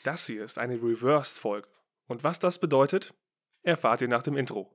Das hier ist eine Reversed-Folge. Und was das bedeutet, erfahrt ihr nach dem Intro.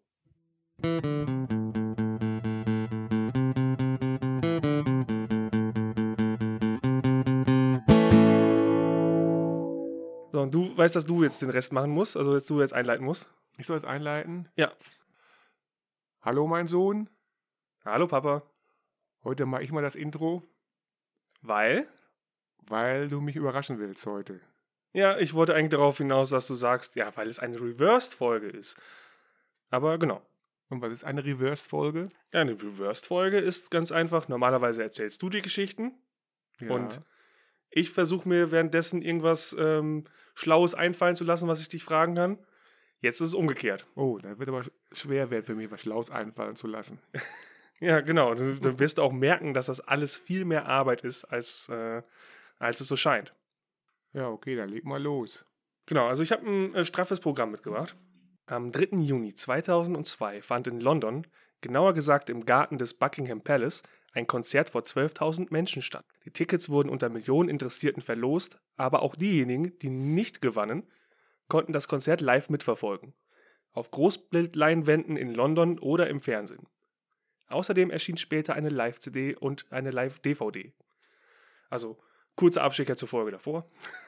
So, und du weißt, dass du jetzt den Rest machen musst, also dass du jetzt einleiten musst. Ich soll es einleiten? Ja. Hallo mein Sohn, Hallo Papa. heute mache ich mal das Intro, Weil? weil du mich überraschen willst heute. Ja, ich wollte eigentlich darauf hinaus, dass du sagst, ja, weil es eine Reversed-Folge ist. Aber genau. Und was ist eine Reversed-Folge? Ja, eine Reversed-Folge ist ganz einfach. Normalerweise erzählst du die Geschichten Ja. und ich versuche mir währenddessen irgendwas Schlaues einfallen zu lassen, was ich dich fragen kann. Jetzt ist es umgekehrt. Oh, da wird aber schwer werden für mich, was Schlaues einfallen zu lassen. Ja, genau. Dann wirst du auch merken, dass das alles viel mehr Arbeit ist, als es so scheint. Ja, okay, dann leg mal los. Genau, also ich habe ein straffes Programm mitgebracht. Am 3. Juni 2002 fand in London, genauer gesagt im Garten des Buckingham Palace, ein Konzert vor 12.000 Menschen statt. Die Tickets wurden unter Millionen Interessierten verlost, aber auch diejenigen, die nicht gewannen, konnten das Konzert live mitverfolgen. Auf Großbildleinwänden in London oder im Fernsehen. Außerdem erschien später eine Live-CD und eine Live-DVD. Also, kurzer Abstecher zur Folge davor.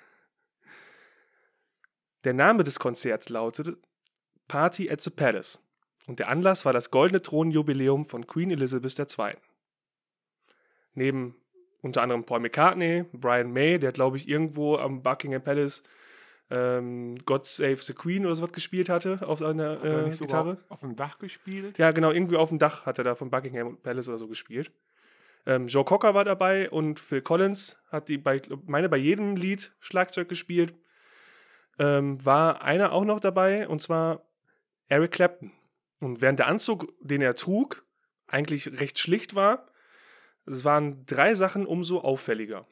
Der Name des Konzerts lautete Party at the Palace und der Anlass war das goldene Thronjubiläum von Queen Elizabeth II. Neben unter anderem Paul McCartney, Brian May, der glaube ich irgendwo am Buckingham Palace God Save the Queen oder sowas gespielt hatte auf seiner Hat er nicht Gitarre. sogar auf dem Dach gespielt? Ja, genau, irgendwie auf dem Dach hat er da von Buckingham Palace oder so gespielt. Joe Cocker war dabei und Phil Collins hat bei jedem Lied Schlagzeug gespielt. War einer auch noch dabei, und zwar Eric Clapton. Und während der Anzug, den er trug, eigentlich recht schlicht war, es waren 3 Sachen umso auffälliger.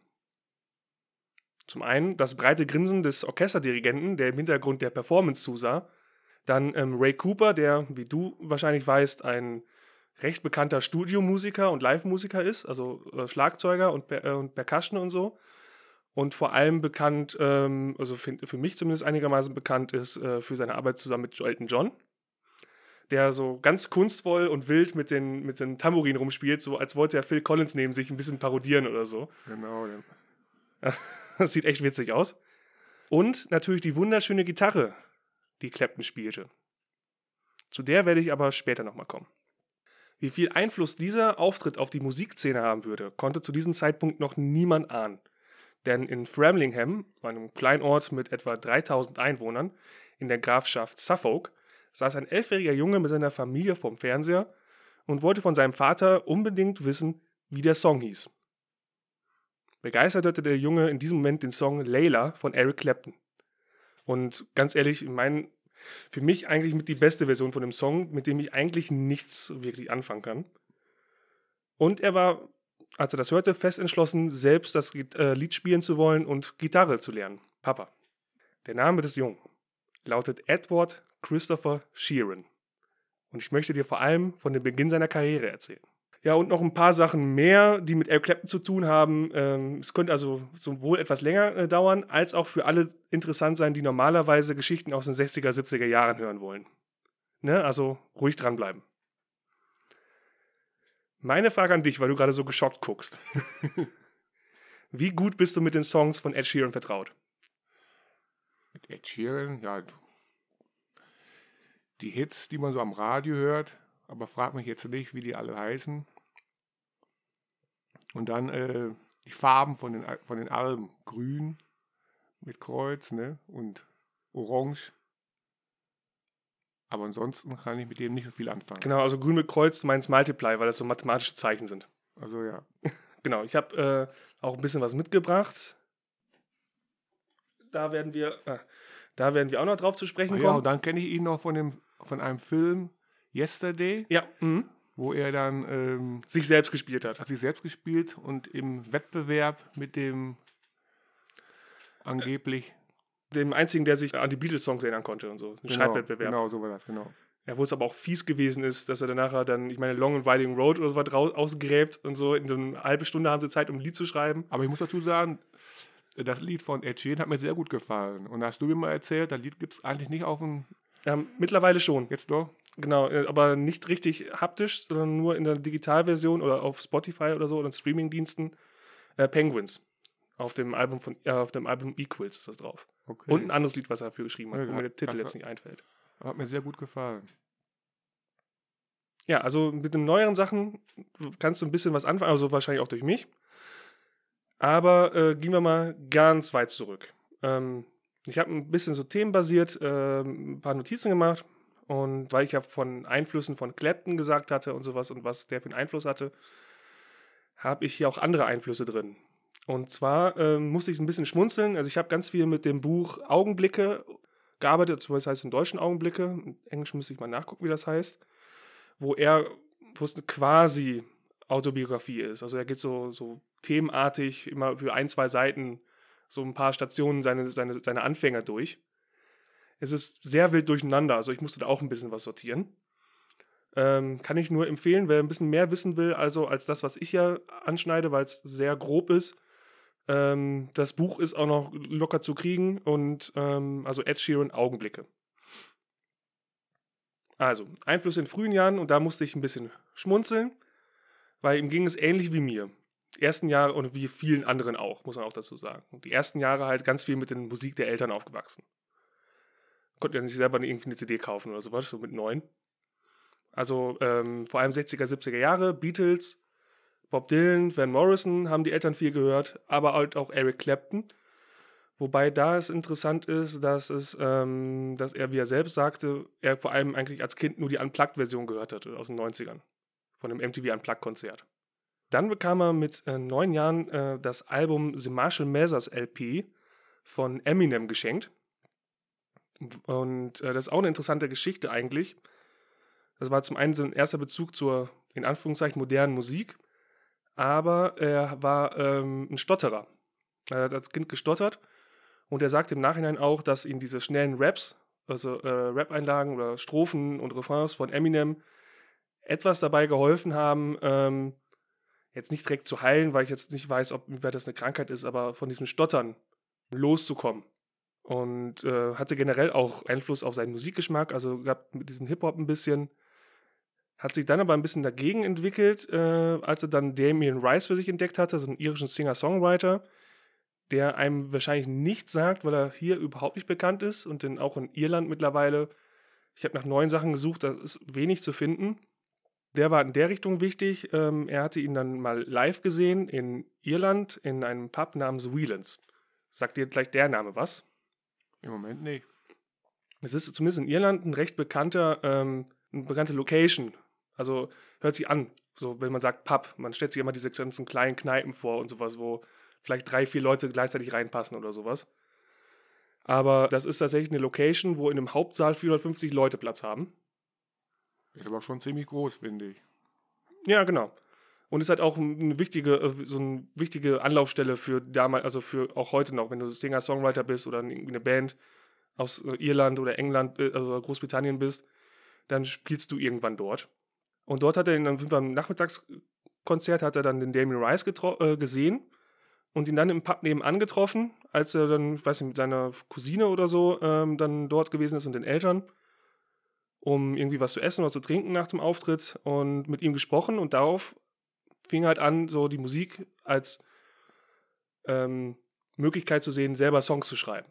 Zum einen das breite Grinsen des Orchesterdirigenten, der im Hintergrund der Performance zusah. Dann Ray Cooper, der, wie du wahrscheinlich weißt, ein recht bekannter Studiomusiker und Live-Musiker ist, also Schlagzeuger und Percussion und so. Und vor allem bekannt, also für mich zumindest einigermaßen bekannt ist, für seine Arbeit zusammen mit Elton John, der so ganz kunstvoll und wild mit den Tambourin rumspielt, so als wollte er Phil Collins neben sich ein bisschen parodieren oder so. Genau. Das sieht echt witzig aus. Und natürlich die wunderschöne Gitarre, die Clapton spielte. Zu der werde ich aber später nochmal kommen. Wie viel Einfluss dieser Auftritt auf die Musikszene haben würde, konnte zu diesem Zeitpunkt noch niemand ahnen. Denn in Framlingham, einem Kleinort mit etwa 3000 Einwohnern in der Grafschaft Suffolk, saß ein 11-jähriger Junge mit seiner Familie vorm Fernseher und wollte von seinem Vater unbedingt wissen, wie der Song hieß. Begeistert hörte der Junge in diesem Moment den Song Layla von Eric Clapton. Und ganz ehrlich, für mich eigentlich mit die beste Version von dem Song, mit dem ich eigentlich nichts wirklich anfangen kann. Und er war, als er das hörte, fest entschlossen, selbst das Lied spielen zu wollen und Gitarre zu lernen. Papa. Der Name des Jungen lautet Edward Christopher Sheeran. Und ich möchte dir vor allem von dem Beginn seiner Karriere erzählen. Ja, und noch ein paar Sachen mehr, die mit Eric Clapton zu tun haben. Es könnte also sowohl etwas länger dauern, als auch für alle interessant sein, die normalerweise Geschichten aus den 60er, 70er Jahren hören wollen. Ne? Also ruhig dranbleiben. Meine Frage an dich, weil du gerade so geschockt guckst. Wie gut bist du mit den Songs von Ed Sheeran vertraut? Mit Ed Sheeran, ja. Die Hits, die man so am Radio hört, aber frag mich jetzt nicht, wie die alle heißen. Und dann die Farben von den Alben. Grün mit Kreuz, ne? Und Orange. Aber ansonsten kann ich mit dem nicht so viel anfangen. Genau, also grün mit Kreuz, du meinst Multiply, weil das so mathematische Zeichen sind. Also ja. Genau, ich habe auch ein bisschen was mitgebracht. Da werden wir auch noch drauf zu sprechen Ja, kommen. und dann kenne ich ihn noch von einem Film Yesterday, Ja, wo er dann sich selbst gespielt hat. hat sich selbst gespielt und im Wettbewerb mit dem angeblich Dem einzigen, der sich an die Beatles-Songs erinnern konnte und so. Ein Schreibwettbewerb. Genau, so war das, genau. Ja, wo es aber auch fies gewesen ist, dass er danach dann, ich meine, Long and Winding Road oder so was ausgräbt und so. In so einer halben Stunde haben sie Zeit, um ein Lied zu schreiben. Aber ich muss dazu sagen, Das Lied von Ed Sheeran hat mir sehr gut gefallen. Und hast du mir mal erzählt, das Lied gibt es eigentlich nicht auf dem... Mittlerweile schon. Jetzt doch? Genau, aber nicht richtig haptisch, sondern nur in der Digitalversion oder auf Spotify oder so oder in Streamingdiensten. Penguins. Auf dem Album Equals ist das drauf. Okay. Und ein anderes Lied, was er dafür geschrieben hat, Ja, wo mir der Titel das- jetzt nicht einfällt. Hat mir sehr gut gefallen. Ja, also mit den neueren Sachen kannst du ein bisschen was anfangen, also wahrscheinlich auch durch mich. Aber gehen wir mal ganz weit zurück. Ich habe ein bisschen so themenbasiert ein paar Notizen gemacht. Und weil ich ja von Einflüssen von Clapton gesagt hatte und sowas und was der für einen Einfluss hatte, habe ich hier auch andere Einflüsse drin. Und zwar musste ich ein bisschen schmunzeln. Also ich habe ganz viel mit dem Buch Augenblicke gearbeitet, das heißt im Deutschen Augenblicke. Im Englischen müsste ich mal nachgucken, wie das heißt. Wo es eine quasi Autobiografie ist. Also er geht so themenartig immer für 1, 2 Seiten so ein paar Stationen seine Anfänger durch. Es ist sehr wild durcheinander, also ich musste da auch ein bisschen was sortieren. Kann ich nur empfehlen, wer ein bisschen mehr wissen will, also als das, was ich hier anschneide, weil es sehr grob ist. Das Buch ist auch noch locker zu kriegen und also Ed Sheeran Augenblicke. Also, Einflüsse in frühen Jahren und da musste ich ein bisschen schmunzeln, weil ihm ging es ähnlich wie mir. Die ersten Jahre und wie vielen anderen auch, muss man auch dazu sagen. Und die ersten Jahre halt ganz viel mit der Musik der Eltern aufgewachsen. Konnte ja nicht selber irgendwie eine CD kaufen oder sowas, so mit 9. Also vor allem 60er, 70er Jahre, Beatles, Bob Dylan, Van Morrison haben die Eltern viel gehört, aber halt auch Eric Clapton. Wobei da es interessant ist, dass er, wie er selbst sagte, er vor allem eigentlich als Kind nur die Unplugged-Version gehört hatte aus den 90ern. Von dem MTV Unplugged-Konzert. Dann bekam er mit 9 Jahren das Album The Marshall Mathers LP von Eminem geschenkt. Und das ist auch eine interessante Geschichte eigentlich. Das war zum einen so ein erster Bezug zur, in Anführungszeichen, modernen Musik. Aber er war ein Stotterer. Er hat als Kind gestottert. Und er sagt im Nachhinein auch, dass ihn diese schnellen Raps, also Rap-Einlagen oder Strophen und Refrains von Eminem, etwas dabei geholfen haben, jetzt nicht direkt zu heilen, weil ich jetzt nicht weiß, ob das eine Krankheit ist, aber von diesem Stottern loszukommen. Und hatte generell auch Einfluss auf seinen Musikgeschmack, also gab mit diesem Hip-Hop ein bisschen. Hat sich dann aber ein bisschen dagegen entwickelt, als er dann Damien Rice für sich entdeckt hatte, so einen irischen Singer-Songwriter, der einem wahrscheinlich nichts sagt, weil er hier überhaupt nicht bekannt ist und dann auch in Irland mittlerweile. Ich habe nach neuen Sachen gesucht, da ist wenig zu finden. Der war in der Richtung wichtig. Er hatte ihn dann mal live gesehen in Irland in einem Pub namens Whelans. Sagt dir gleich der Name was? Im Moment nicht. Es ist zumindest in Irland ein recht eine bekannte Location. Also hört sich an, so wenn man sagt Pub. Man stellt sich immer diese ganzen kleinen Kneipen vor und sowas, wo vielleicht 3, 4 Leute gleichzeitig reinpassen oder sowas. Aber das ist tatsächlich eine Location, wo in einem Hauptsaal 450 Leute Platz haben. Ist aber schon ziemlich groß, finde ich. Ja, genau. Und ist halt auch eine wichtige Anlaufstelle für damals, also für auch heute noch, wenn du Singer-Songwriter bist oder eine Band aus Irland oder England, also Großbritannien bist, dann spielst du irgendwann dort. Und dort hat er ihn dann beim Nachmittagskonzert hat er dann den Damien Rice gesehen und ihn dann im Pub nebenan getroffen, als er dann, ich weiß nicht, mit seiner Cousine oder so dann dort gewesen ist und den Eltern, um irgendwie was zu essen oder zu trinken nach dem Auftritt und mit ihm gesprochen und darauf fing halt an, so die Musik als Möglichkeit zu sehen, selber Songs zu schreiben.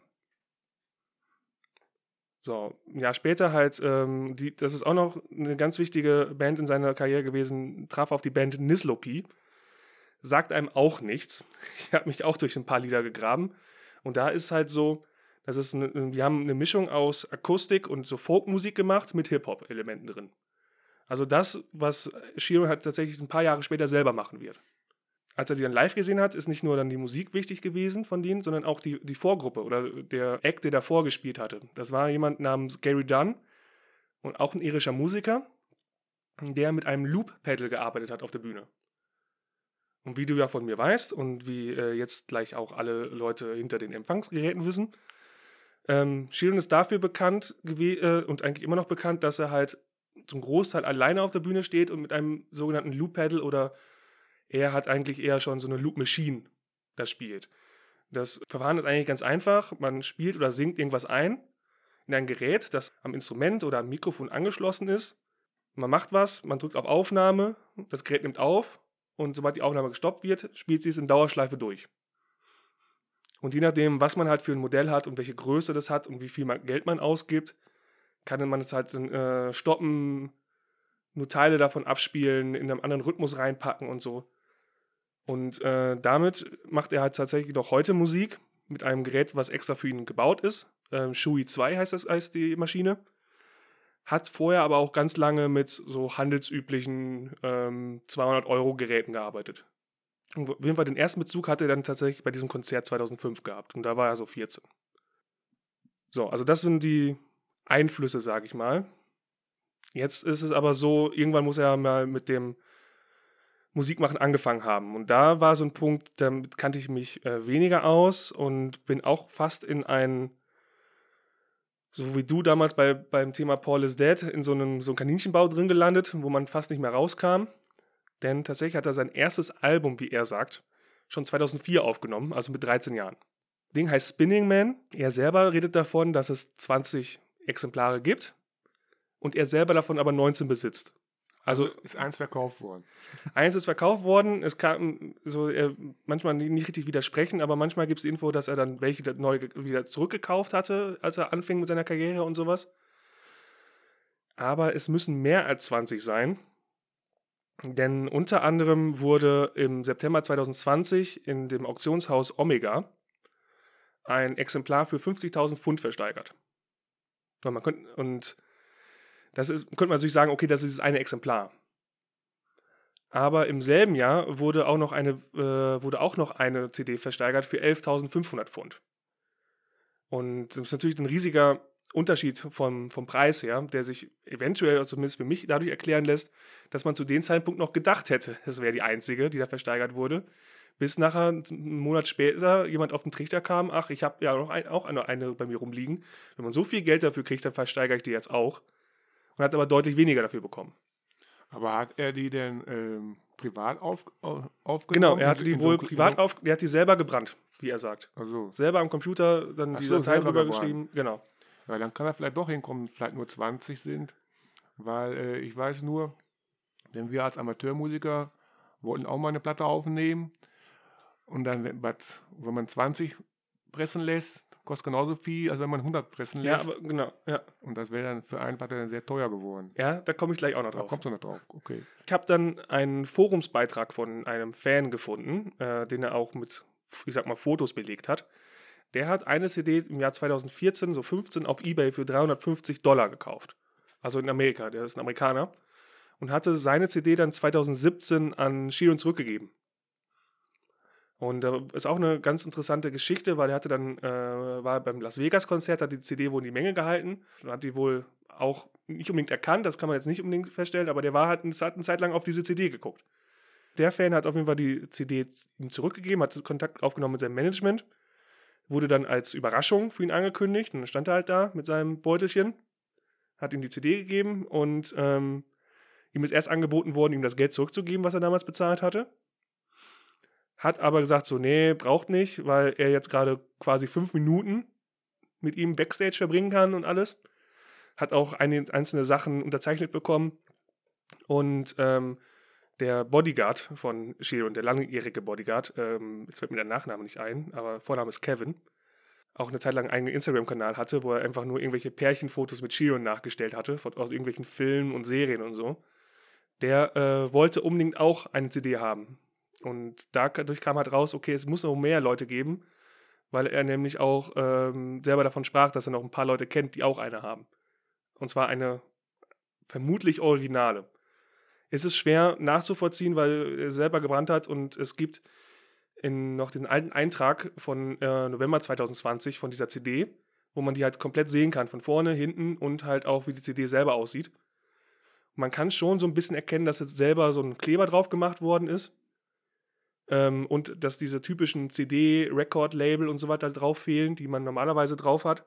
So, ein Jahr später halt, das ist auch noch eine ganz wichtige Band in seiner Karriere gewesen, traf auf die Band Nislopi. Sagt einem auch nichts. Ich habe mich auch durch ein paar Lieder gegraben. Und da ist halt so, wir haben eine Mischung aus Akustik und so Folkmusik gemacht mit Hip-Hop-Elementen drin. Also das, was Sheeran halt tatsächlich ein paar Jahre später selber machen wird. Als er die dann live gesehen hat, ist nicht nur dann die Musik wichtig gewesen von denen, sondern auch die Vorgruppe oder der Act, der davor gespielt hatte. Das war jemand namens Gary Dunn und auch ein irischer Musiker, der mit einem Loop-Pedal gearbeitet hat auf der Bühne. Und wie du ja von mir weißt und wie jetzt gleich auch alle Leute hinter den Empfangsgeräten wissen, Sheeran ist dafür bekannt und eigentlich immer noch bekannt, dass er halt zum Großteil alleine auf der Bühne steht und mit einem sogenannten Loop-Pedal oder er hat eigentlich eher schon so eine Loop Machine, das spielt. Das Verfahren ist eigentlich ganz einfach. Man spielt oder singt irgendwas ein in ein Gerät, das am Instrument oder am Mikrofon angeschlossen ist. Man macht was, man drückt auf Aufnahme, das Gerät nimmt auf und sobald die Aufnahme gestoppt wird, spielt sie es in Dauerschleife durch. Und je nachdem, was man halt für ein Modell hat und welche Größe das hat und wie viel Geld man ausgibt, kann man es halt stoppen, nur Teile davon abspielen, in einem anderen Rhythmus reinpacken und so. Und damit macht er halt tatsächlich noch heute Musik mit einem Gerät, was extra für ihn gebaut ist. Shui 2 heißt die Maschine. Hat vorher aber auch ganz lange mit so handelsüblichen 200-Euro-Geräten gearbeitet. Und auf jeden Fall den ersten Bezug hatte er dann tatsächlich bei diesem Konzert 2005 gehabt. Und da war er so 14. So, also das sind die Einflüsse, sage ich mal. Jetzt ist es aber so, irgendwann muss er mal mit dem Musikmachen angefangen haben. Und da war so ein Punkt, damit kannte ich mich weniger aus und bin auch fast in ein, so wie du damals beim Thema Paul is Dead, in so einem Kaninchenbau drin gelandet, wo man fast nicht mehr rauskam. Denn tatsächlich hat er sein erstes Album, wie er sagt, schon 2004 aufgenommen, also mit 13 Jahren. Das Ding heißt Spinning Man. Er selber redet davon, dass es 20 Exemplare gibt und er selber davon aber 19 besitzt. Also ist eins verkauft worden. Eins ist verkauft worden, es kann so manchmal nicht richtig widersprechen, aber manchmal gibt es die Info, dass er dann welche neu wieder zurückgekauft hatte, als er anfing mit seiner Karriere und sowas. Aber es müssen mehr als 20 sein. Denn unter anderem wurde im September 2020 in dem Auktionshaus Omega ein Exemplar für 50.000 Pfund versteigert. Und das könnte man natürlich sagen, okay, das ist das eine Exemplar. Aber im selben Jahr wurde auch noch eine CD versteigert für 11.500 Pfund. Und das ist natürlich ein riesiger Unterschied vom Preis her, der sich eventuell, zumindest für mich, dadurch erklären lässt, dass man zu dem Zeitpunkt noch gedacht hätte, es wäre die einzige, die da versteigert wurde. Bis nachher, einen Monat später, jemand auf den Trichter kam, ach, ich habe ja noch auch eine bei mir rumliegen. Wenn man so viel Geld dafür kriegt, dann versteigere ich die jetzt auch. Und hat aber deutlich weniger dafür bekommen. Aber hat er die denn privat aufgenommen? Genau, er hatte die wohl privat der hat die selber gebrannt, wie er sagt. Also. Selber am Computer dann die Dateien drüber geschrieben, genau. Ja, dann kann er vielleicht doch hinkommen, vielleicht nur 20 sind, weil ich weiß nur, denn wir als Amateurmusiker wollten auch mal eine Platte aufnehmen und dann, wenn man 20 pressen lässt, kostet genauso viel, als wenn man 100 pressen lässt. Ja, aber genau, ja. Und das wäre dann für einen Platte dann sehr teuer geworden. Ja, da komme ich gleich auch noch drauf. Da kommst du noch drauf, okay. Ich habe dann einen Forumsbeitrag von einem Fan gefunden, den er auch mit, ich sag mal, Fotos belegt hat. Der hat eine CD im Jahr 2014, so 15, auf eBay für $350 gekauft. Also in Amerika, der ist ein Amerikaner. Und hatte seine CD dann 2017 an Sheeran zurückgegeben. Und da ist auch eine ganz interessante Geschichte, weil er hatte dann, war beim Las Vegas-Konzert, hat die CD wohl in die Menge gehalten und hat die wohl auch nicht unbedingt erkannt, das kann man jetzt nicht unbedingt feststellen, aber der hat eine Zeit lang auf diese CD geguckt. Der Fan hat auf jeden Fall die CD ihm zurückgegeben, hat Kontakt aufgenommen mit seinem Management, wurde dann als Überraschung für ihn angekündigt und dann stand er halt da mit seinem Beutelchen, hat ihm die CD gegeben und ihm ist erst angeboten worden, ihm das Geld zurückzugeben, was er damals bezahlt hatte. Hat aber gesagt, so, nee, braucht nicht, weil er jetzt gerade quasi 5 Minuten mit ihm Backstage verbringen kann und alles. Hat auch einzelne Sachen unterzeichnet bekommen. Und der Bodyguard von Sheeran, der langjährige Bodyguard, jetzt fällt mir der Nachname nicht ein, aber Vorname ist Kevin, auch eine Zeit lang einen eigenen Instagram-Kanal hatte, wo er einfach nur irgendwelche Pärchenfotos mit Sheeran nachgestellt hatte, aus irgendwelchen Filmen und Serien und so. Der wollte unbedingt auch eine CD haben. Und dadurch kam halt raus, okay, es muss noch mehr Leute geben, weil er nämlich auch selber davon sprach, dass er noch ein paar Leute kennt, die auch eine haben. Und zwar eine vermutlich originale. Es ist schwer nachzuvollziehen, weil er selber gebrannt hat und es gibt noch den alten Eintrag von November 2020 von dieser CD, wo man die halt komplett sehen kann, von vorne, hinten und halt auch, wie die CD selber aussieht. Und man kann schon so ein bisschen erkennen, dass jetzt selber so ein Kleber drauf gemacht worden ist. Und dass diese typischen CD-Record-Label und so weiter drauf fehlen, die man normalerweise drauf hat.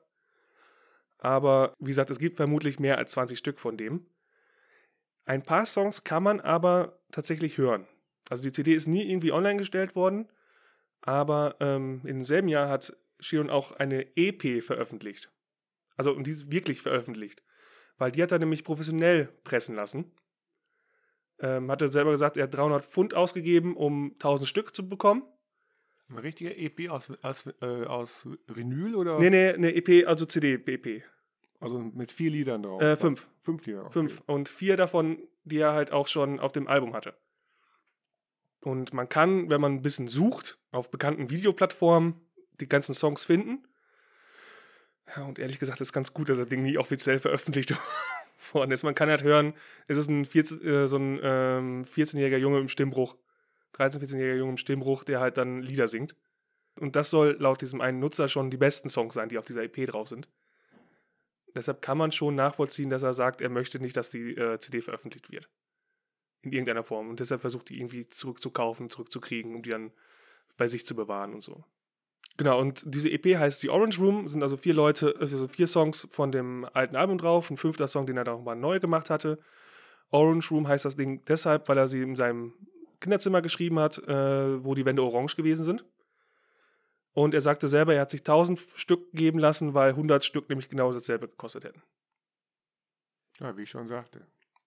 Aber wie gesagt, es gibt vermutlich mehr als 20 Stück von dem. Ein paar Songs kann man aber tatsächlich hören. Also die CD ist nie irgendwie online gestellt worden, Aber im selben Jahr hat Sheeran auch eine EP veröffentlicht. Also, und die ist wirklich veröffentlicht. Weil die hat er nämlich professionell pressen lassen. Hat er selber gesagt, er hat 300 Pfund ausgegeben, um 1000 Stück zu bekommen. Eine richtige EP aus Vinyl oder? Nee, eine EP, also CD-EP. Also mit 4 Liedern drauf. 5. 5 Lieder, okay. 5. Und 4 davon, die er halt auch schon auf dem Album hatte. Und man kann, wenn man ein bisschen sucht, auf bekannten Videoplattformen die ganzen Songs finden. Ja, und ehrlich gesagt ist ganz gut, dass das Ding nie offiziell veröffentlicht worden ist. Man kann halt hören, es ist so ein 14-jähriger Junge im Stimmbruch, 13-, 14-jähriger Junge im Stimmbruch, der halt dann Lieder singt. Und das soll laut diesem einen Nutzer schon die besten Songs sein, die auf dieser EP drauf sind. Deshalb kann man schon nachvollziehen, dass er sagt, er möchte nicht, dass die CD veröffentlicht wird. In irgendeiner Form. Und deshalb versucht die irgendwie zurückzukaufen, zurückzukriegen, um die dann bei sich zu bewahren und so. Genau, und diese EP heißt The Orange Room, sind also 4 Leute, also 4 Songs von dem alten Album drauf, ein 5. Song, den er dann nochmal neu gemacht hatte. Orange Room heißt das Ding deshalb, weil er sie in seinem Kinderzimmer geschrieben hat, wo die Wände orange gewesen sind. Und er sagte selber, er hat sich 1000 Stück geben lassen, weil 100 Stück nämlich genau dasselbe gekostet hätten. Ja, wie ich schon sagte.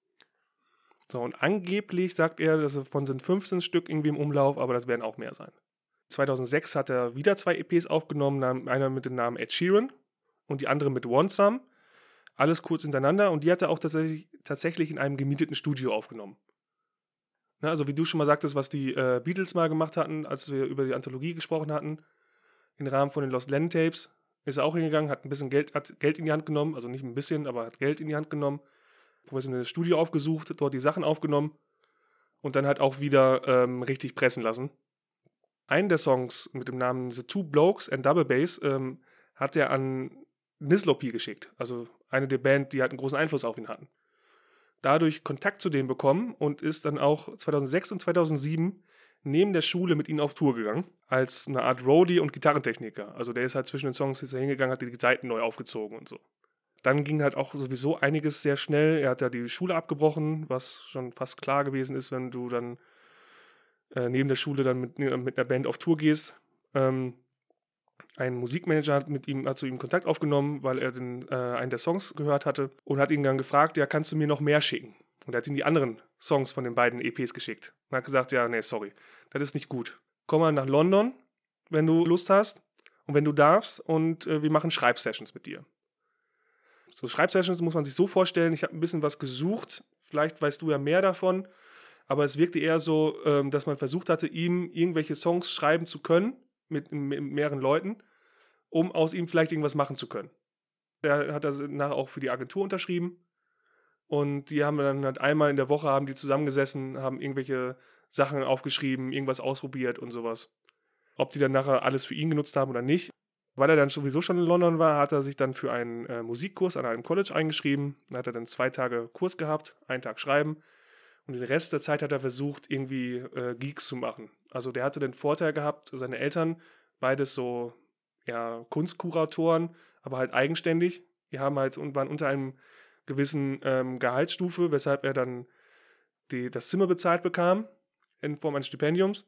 So, und angeblich sagt er, dass davon sind 15 Stück irgendwie im Umlauf, aber das werden auch mehr sein. 2006 hat er wieder 2 EPs aufgenommen, einer mit dem Namen Ed Sheeran und die andere mit Want Some. Alles kurz hintereinander und die hat er auch tatsächlich in einem gemieteten Studio aufgenommen. Ne, also wie du schon mal sagtest, was die Beatles mal gemacht hatten, als wir über die Anthologie gesprochen hatten, im Rahmen von den Lost Lennon Tapes, ist er auch hingegangen, hat ein bisschen Geld in die Hand genommen, also nicht ein bisschen, aber hat Geld in die Hand genommen, professionelles Studio aufgesucht, dort die Sachen aufgenommen und dann halt auch wieder richtig pressen lassen. Einen der Songs mit dem Namen The Two Blokes and Double Bass hat er an Nislopi geschickt, also eine der Band, die halt einen großen Einfluss auf ihn hatten. Dadurch Kontakt zu denen bekommen und ist dann auch 2006 und 2007 neben der Schule mit ihnen auf Tour gegangen, als eine Art Roadie und Gitarrentechniker. Also der ist halt zwischen den Songs jetzt hingegangen, hat die Saiten neu aufgezogen und so. Dann ging halt auch sowieso einiges sehr schnell. Er hat ja die Schule abgebrochen, was schon fast klar gewesen ist, wenn du dann neben der Schule dann mit einer Band auf Tour gehst. Ein Musikmanager hat zu ihm Kontakt aufgenommen, weil er einen der Songs gehört hatte und hat ihn dann gefragt, ja, kannst du mir noch mehr schicken? Und er hat ihm die anderen Songs von den beiden EPs geschickt. Und hat gesagt, ja, nee, sorry, das ist nicht gut. Komm mal nach London, wenn du Lust hast und wenn du darfst und wir machen Schreibsessions mit dir. So Schreibsessions muss man sich so vorstellen, ich habe ein bisschen was gesucht, vielleicht weißt du ja mehr davon, aber es wirkte eher so, dass man versucht hatte, ihm irgendwelche Songs schreiben zu können, mit mehreren Leuten, um aus ihm vielleicht irgendwas machen zu können. Der hat das nachher auch für die Agentur unterschrieben und die haben dann halt einmal in der Woche haben die zusammengesessen, haben irgendwelche Sachen aufgeschrieben, irgendwas ausprobiert und sowas. Ob die dann nachher alles für ihn genutzt haben oder nicht. Weil er dann sowieso schon in London war, hat er sich dann für einen Musikkurs an einem College eingeschrieben. Da hat er dann 2 Tage Kurs gehabt, 1 Tag schreiben. Und den Rest der Zeit hat er versucht, irgendwie Gigs zu machen. Also der hatte den Vorteil gehabt, seine Eltern, beides so ja, Kunstkuratoren, aber halt eigenständig. Die haben halt und waren unter einem gewissen Gehaltsstufe, weshalb er dann das Zimmer bezahlt bekam in Form eines Stipendiums.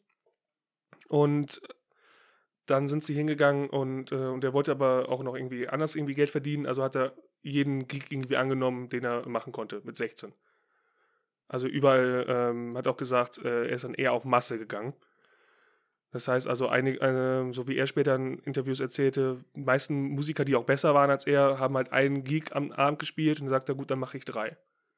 Und dann sind sie hingegangen und er wollte aber auch noch irgendwie anders irgendwie Geld verdienen, also hat er jeden Gig irgendwie angenommen, den er machen konnte mit 16. Also überall hat auch gesagt, er ist dann eher auf Masse gegangen. Das heißt also, so wie er später in Interviews erzählte, die meisten Musiker, die auch besser waren als er, haben halt einen Gig am Abend gespielt und sagt er, gut, dann mache ich 3.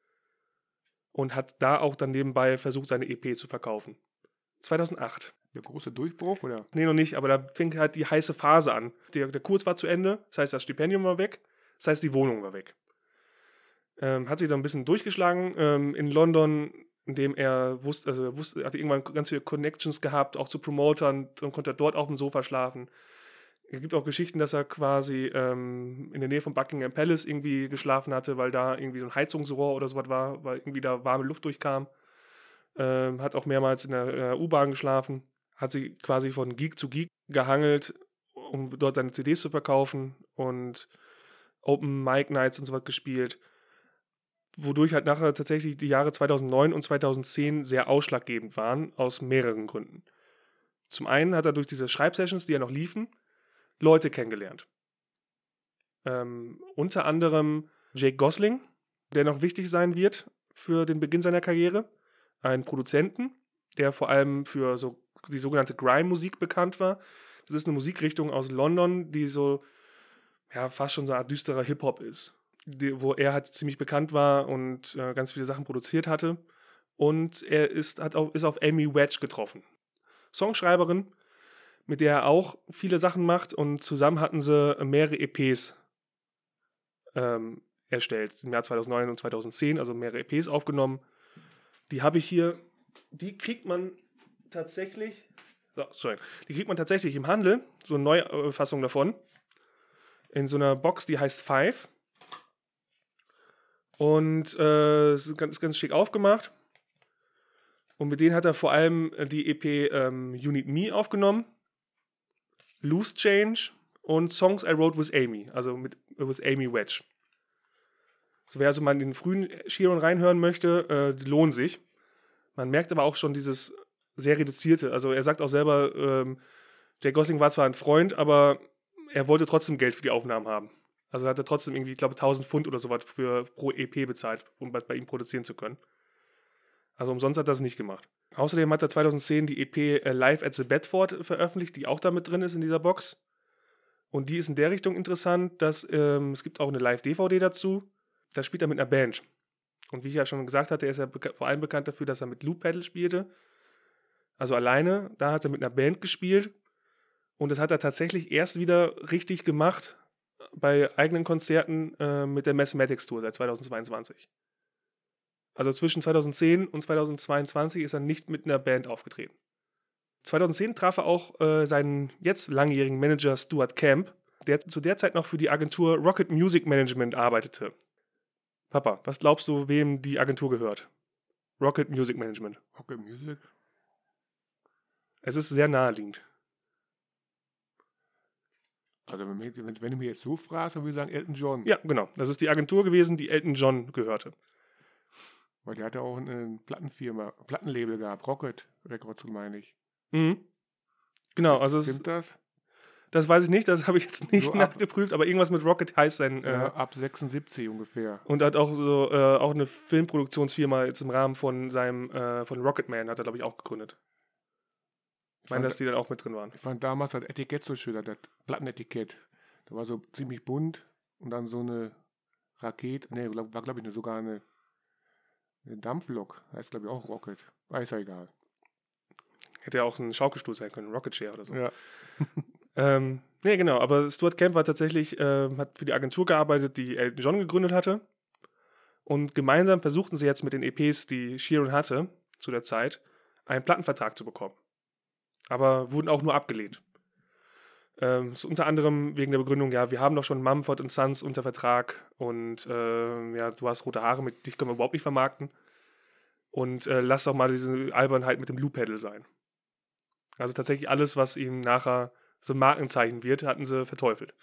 Und hat da auch dann nebenbei versucht, seine EP zu verkaufen. 2008. Der große Durchbruch, oder? Nee, noch nicht, aber da fing halt die heiße Phase an. Der Kurs war zu Ende, das heißt, das Stipendium war weg, das heißt, die Wohnung war weg. Hat sich dann ein bisschen durchgeschlagen in London, indem er hatte irgendwann ganz viele Connections gehabt, auch zu Promotern, dann konnte er dort auf dem Sofa schlafen. Es gibt auch Geschichten, dass er quasi in der Nähe von Buckingham Palace irgendwie geschlafen hatte, weil da irgendwie so ein Heizungsrohr oder sowas war, weil irgendwie da warme Luft durchkam. Hat auch mehrmals in der U-Bahn geschlafen, hat sich quasi von Geek zu Geek gehangelt, um dort seine CDs zu verkaufen und Open Mic Nights und sowas gespielt, wodurch halt nachher tatsächlich die Jahre 2009 und 2010 sehr ausschlaggebend waren, aus mehreren Gründen. Zum einen hat er durch diese Schreibsessions, die ja noch liefen, Leute kennengelernt. Unter anderem Jake Gosling, der noch wichtig sein wird für den Beginn seiner Karriere. Einen Produzenten, der vor allem für so die sogenannte Grime-Musik bekannt war. Das ist eine Musikrichtung aus London, die so fast schon so eine Art düsterer Hip-Hop ist. Wo er halt ziemlich bekannt war und ganz viele Sachen produziert hatte. Und er ist auf Amy Wedge getroffen. Songschreiberin, mit der er auch viele Sachen macht, und zusammen hatten sie mehrere EPs erstellt. Im Jahr 2009 und 2010, also mehrere EPs aufgenommen. Die habe ich hier, die kriegt man tatsächlich im Handel, so eine Neufassung davon, in so einer Box, die heißt Five. Und es ist ganz schick aufgemacht. Und mit denen hat er vor allem die EP You Need Me aufgenommen, Loose Change und Songs I Wrote with Amy, also with Amy Wedge. So, wer also mal in den frühen Sheeran reinhören möchte, die lohnen sich. Man merkt aber auch schon dieses sehr reduzierte. Also er sagt auch selber, Jake Gosling war zwar ein Freund, aber er wollte trotzdem Geld für die Aufnahmen haben. Also hat er trotzdem irgendwie, ich glaube, 1000 Pfund oder sowas pro EP bezahlt, um was bei ihm produzieren zu können. Also umsonst hat er das nicht gemacht. Außerdem hat er 2010 die EP Live at the Bedford veröffentlicht, die auch da mit drin ist in dieser Box. Und die ist in der Richtung interessant, dass es gibt auch eine Live-DVD dazu. Da spielt er mit einer Band. Und wie ich ja schon gesagt hatte, er ist ja vor allem bekannt dafür, dass er mit Loop Pedal spielte. Also alleine, da hat er mit einer Band gespielt. Und das hat er tatsächlich erst wieder richtig gemacht bei eigenen Konzerten mit der Mathematics Tour seit 2022. Also zwischen 2010 und 2022 ist er nicht mit einer Band aufgetreten. 2010 traf er auch seinen jetzt langjährigen Manager Stuart Camp, der zu der Zeit noch für die Agentur Rocket Music Management arbeitete. Papa, was glaubst du, wem die Agentur gehört? Rocket Music Management. Rocket Music? Es ist sehr naheliegend. Also wenn du mir jetzt so fragst, dann würde ich sagen Elton John. Ja, genau. Das ist die Agentur gewesen, die Elton John gehörte. Weil der hatte auch eine Plattenlabel gehabt, Rocket Records, meine ich. Mhm. Genau, also Stimmt das? Das weiß ich nicht, das habe ich jetzt nicht So nachgeprüft, aber irgendwas mit Rocket heißt sein. Ab 76 ungefähr. Und hat auch so auch eine Filmproduktionsfirma jetzt im Rahmen von seinem von Rocketman hat er, glaube ich, auch gegründet. Ich meine, dass die dann auch mit drin waren. Ich fand damals das Etikett so schön, das Plattenetikett. Da war so ziemlich bunt und dann so eine Rakete. War glaube ich sogar eine Dampflok. Heißt glaube ich auch Rocket. Ist ja egal. Hätte ja auch ein Schaukelstuhl sein können, Rocket Chair oder so. Ja. Nee, genau, aber Stuart Camp war tatsächlich, hat für die Agentur gearbeitet, die Elton John gegründet hatte. Und gemeinsam versuchten sie jetzt mit den EPs, die Sheeran hatte, zu der Zeit, einen Plattenvertrag zu bekommen. Aber wurden auch nur abgelehnt. So unter anderem wegen der Begründung, ja, wir haben doch schon Mumford & Sons unter Vertrag und ja, du hast rote Haare, mit dich können wir überhaupt nicht vermarkten. Und lass doch mal diese Albernheit mit dem Loop-Pedal sein. Also tatsächlich alles, was ihnen nachher so ein Markenzeichen wird, hatten sie verteufelt.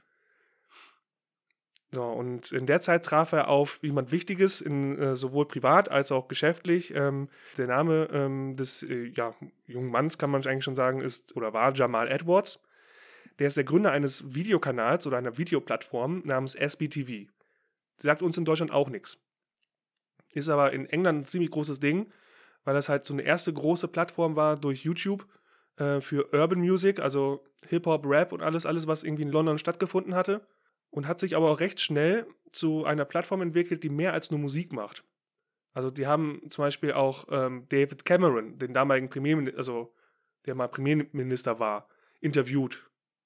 So, und in der Zeit traf er auf jemand Wichtiges, sowohl privat als auch geschäftlich. Der Name des jungen Manns, kann man eigentlich schon sagen, war Jamal Edwards. Der ist der Gründer eines Videokanals oder einer Videoplattform namens SBTV. Die sagt uns in Deutschland auch nichts. Ist aber in England ein ziemlich großes Ding, weil das halt so eine erste große Plattform war durch YouTube für Urban Music, also Hip-Hop, Rap und alles, was irgendwie in London stattgefunden hatte. Und hat sich aber auch recht schnell zu einer Plattform entwickelt, die mehr als nur Musik macht. Also die haben zum Beispiel auch David Cameron, den damaligen Premierminister, also der mal Premierminister war, interviewt.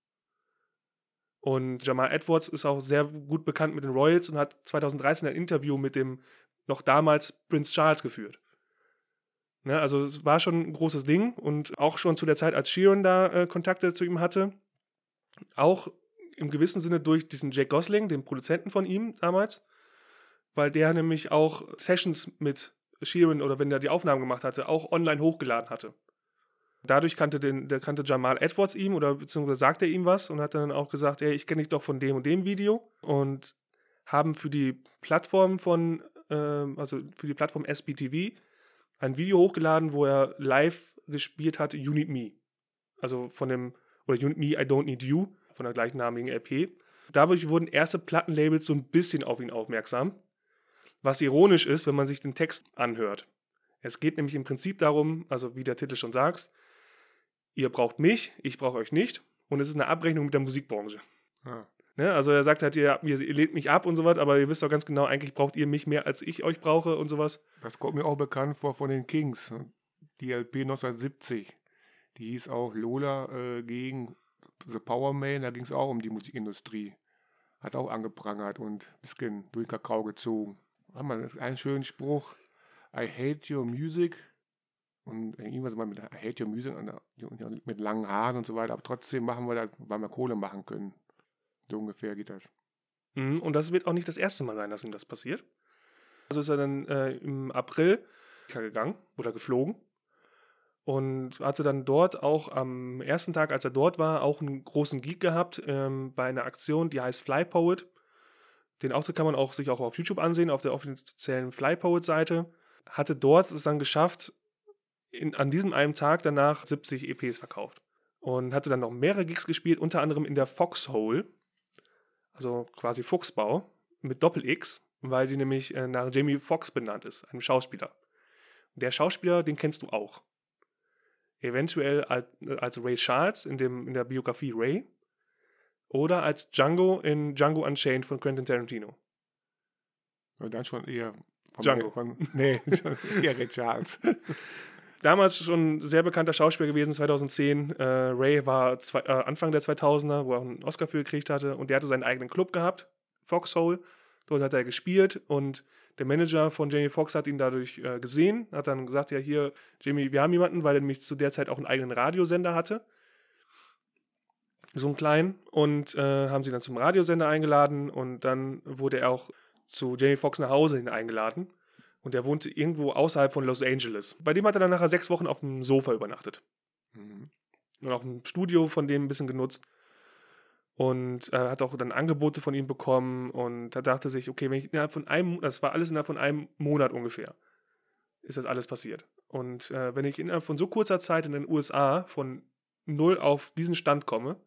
Und Jamal Edwards ist auch sehr gut bekannt mit den Royals und hat 2013 ein Interview mit dem noch damals Prince Charles geführt. Ne, also es war schon ein großes Ding und auch schon zu der Zeit, als Sheeran da Kontakte zu ihm hatte, auch im gewissen Sinne durch diesen Jake Gosling, den Produzenten von ihm damals, weil der nämlich auch Sessions mit Sheeran oder wenn er die Aufnahmen gemacht hatte, auch online hochgeladen hatte. Dadurch kannte Jamal Edwards ihm oder beziehungsweise sagte er ihm was und hat dann auch gesagt, ey, ich kenne dich doch von dem und dem Video und haben für die Plattform für die Plattform SBTV ein Video hochgeladen, wo er live gespielt hat You Need Me. Also oder You Need Me, I Don't Need You, von der gleichnamigen LP. Dadurch wurden erste Plattenlabels so ein bisschen auf ihn aufmerksam. Was ironisch ist, wenn man sich den Text anhört. Es geht nämlich im Prinzip darum, also wie der Titel schon sagt, ihr braucht mich, ich brauche euch nicht. Und es ist eine Abrechnung mit der Musikbranche. Ja. Ne? Also er sagt halt, ihr lehnt mich ab und sowas, aber ihr wisst doch ganz genau, eigentlich braucht ihr mich mehr, als ich euch brauche und sowas. Das kommt mir auch bekannt vor von den Kings. Die LP 1970. Die hieß auch Lola gegen The Power Man. Da ging es auch um die Musikindustrie. Hat auch angeprangert und ein bisschen durch den Kakao gezogen. Haben wir einen schönen Spruch. I hate your music. Und irgendwas mal mit I hate your music mit langen Haaren und so weiter. Aber trotzdem machen wir das, weil wir Kohle machen können. So ungefähr geht das. Und das wird auch nicht das erste Mal sein, dass ihm das passiert. Also ist er dann im April gegangen oder geflogen und hatte dann dort auch am ersten Tag, als er dort war, auch einen großen Gig gehabt bei einer Aktion, die heißt Fly Poet. Den Auftritt kann man sich auch auf YouTube ansehen, auf der offiziellen Fly Poet-Seite. Hatte dort es dann geschafft, an diesem einen Tag danach 70 EPs verkauft. Und hatte dann noch mehrere Gigs gespielt, unter anderem in der Foxhole, also quasi Fuchsbau, mit Doppel-X, weil die nämlich nach Jamie Foxx benannt ist, einem Schauspieler. Der Schauspieler, den kennst du auch. Eventuell als Ray Charles in der Biografie Ray oder als Django in Django Unchained von Quentin Tarantino. Ja, dann schon eher Django. Schon eher Ray Charles. Damals schon ein sehr bekannter Schauspieler gewesen, 2010. Ray war Anfang der 2000er, wo er auch einen Oscar für gekriegt hatte. Und der hatte seinen eigenen Club gehabt, Foxhole. Dort hat er gespielt und der Manager von Jamie Foxx hat ihn dadurch gesehen. Hat dann gesagt, ja hier, Jamie, wir haben jemanden, weil er nämlich zu der Zeit auch einen eigenen Radiosender hatte. So einen kleinen. Und haben sie dann zum Radiosender eingeladen. Und dann wurde er auch zu Jamie Foxx nach Hause hin eingeladen. Und der wohnte irgendwo außerhalb von Los Angeles. Bei dem hat er dann nachher 6 Wochen auf dem Sofa übernachtet. Mhm. Und auch ein Studio von dem ein bisschen genutzt. Und hat auch dann Angebote von ihm bekommen. Und da dachte sich, okay, wenn ich das war alles innerhalb von einem Monat ungefähr, ist das alles passiert. Und wenn ich innerhalb von so kurzer Zeit in den USA von 0 auf diesen Stand komme,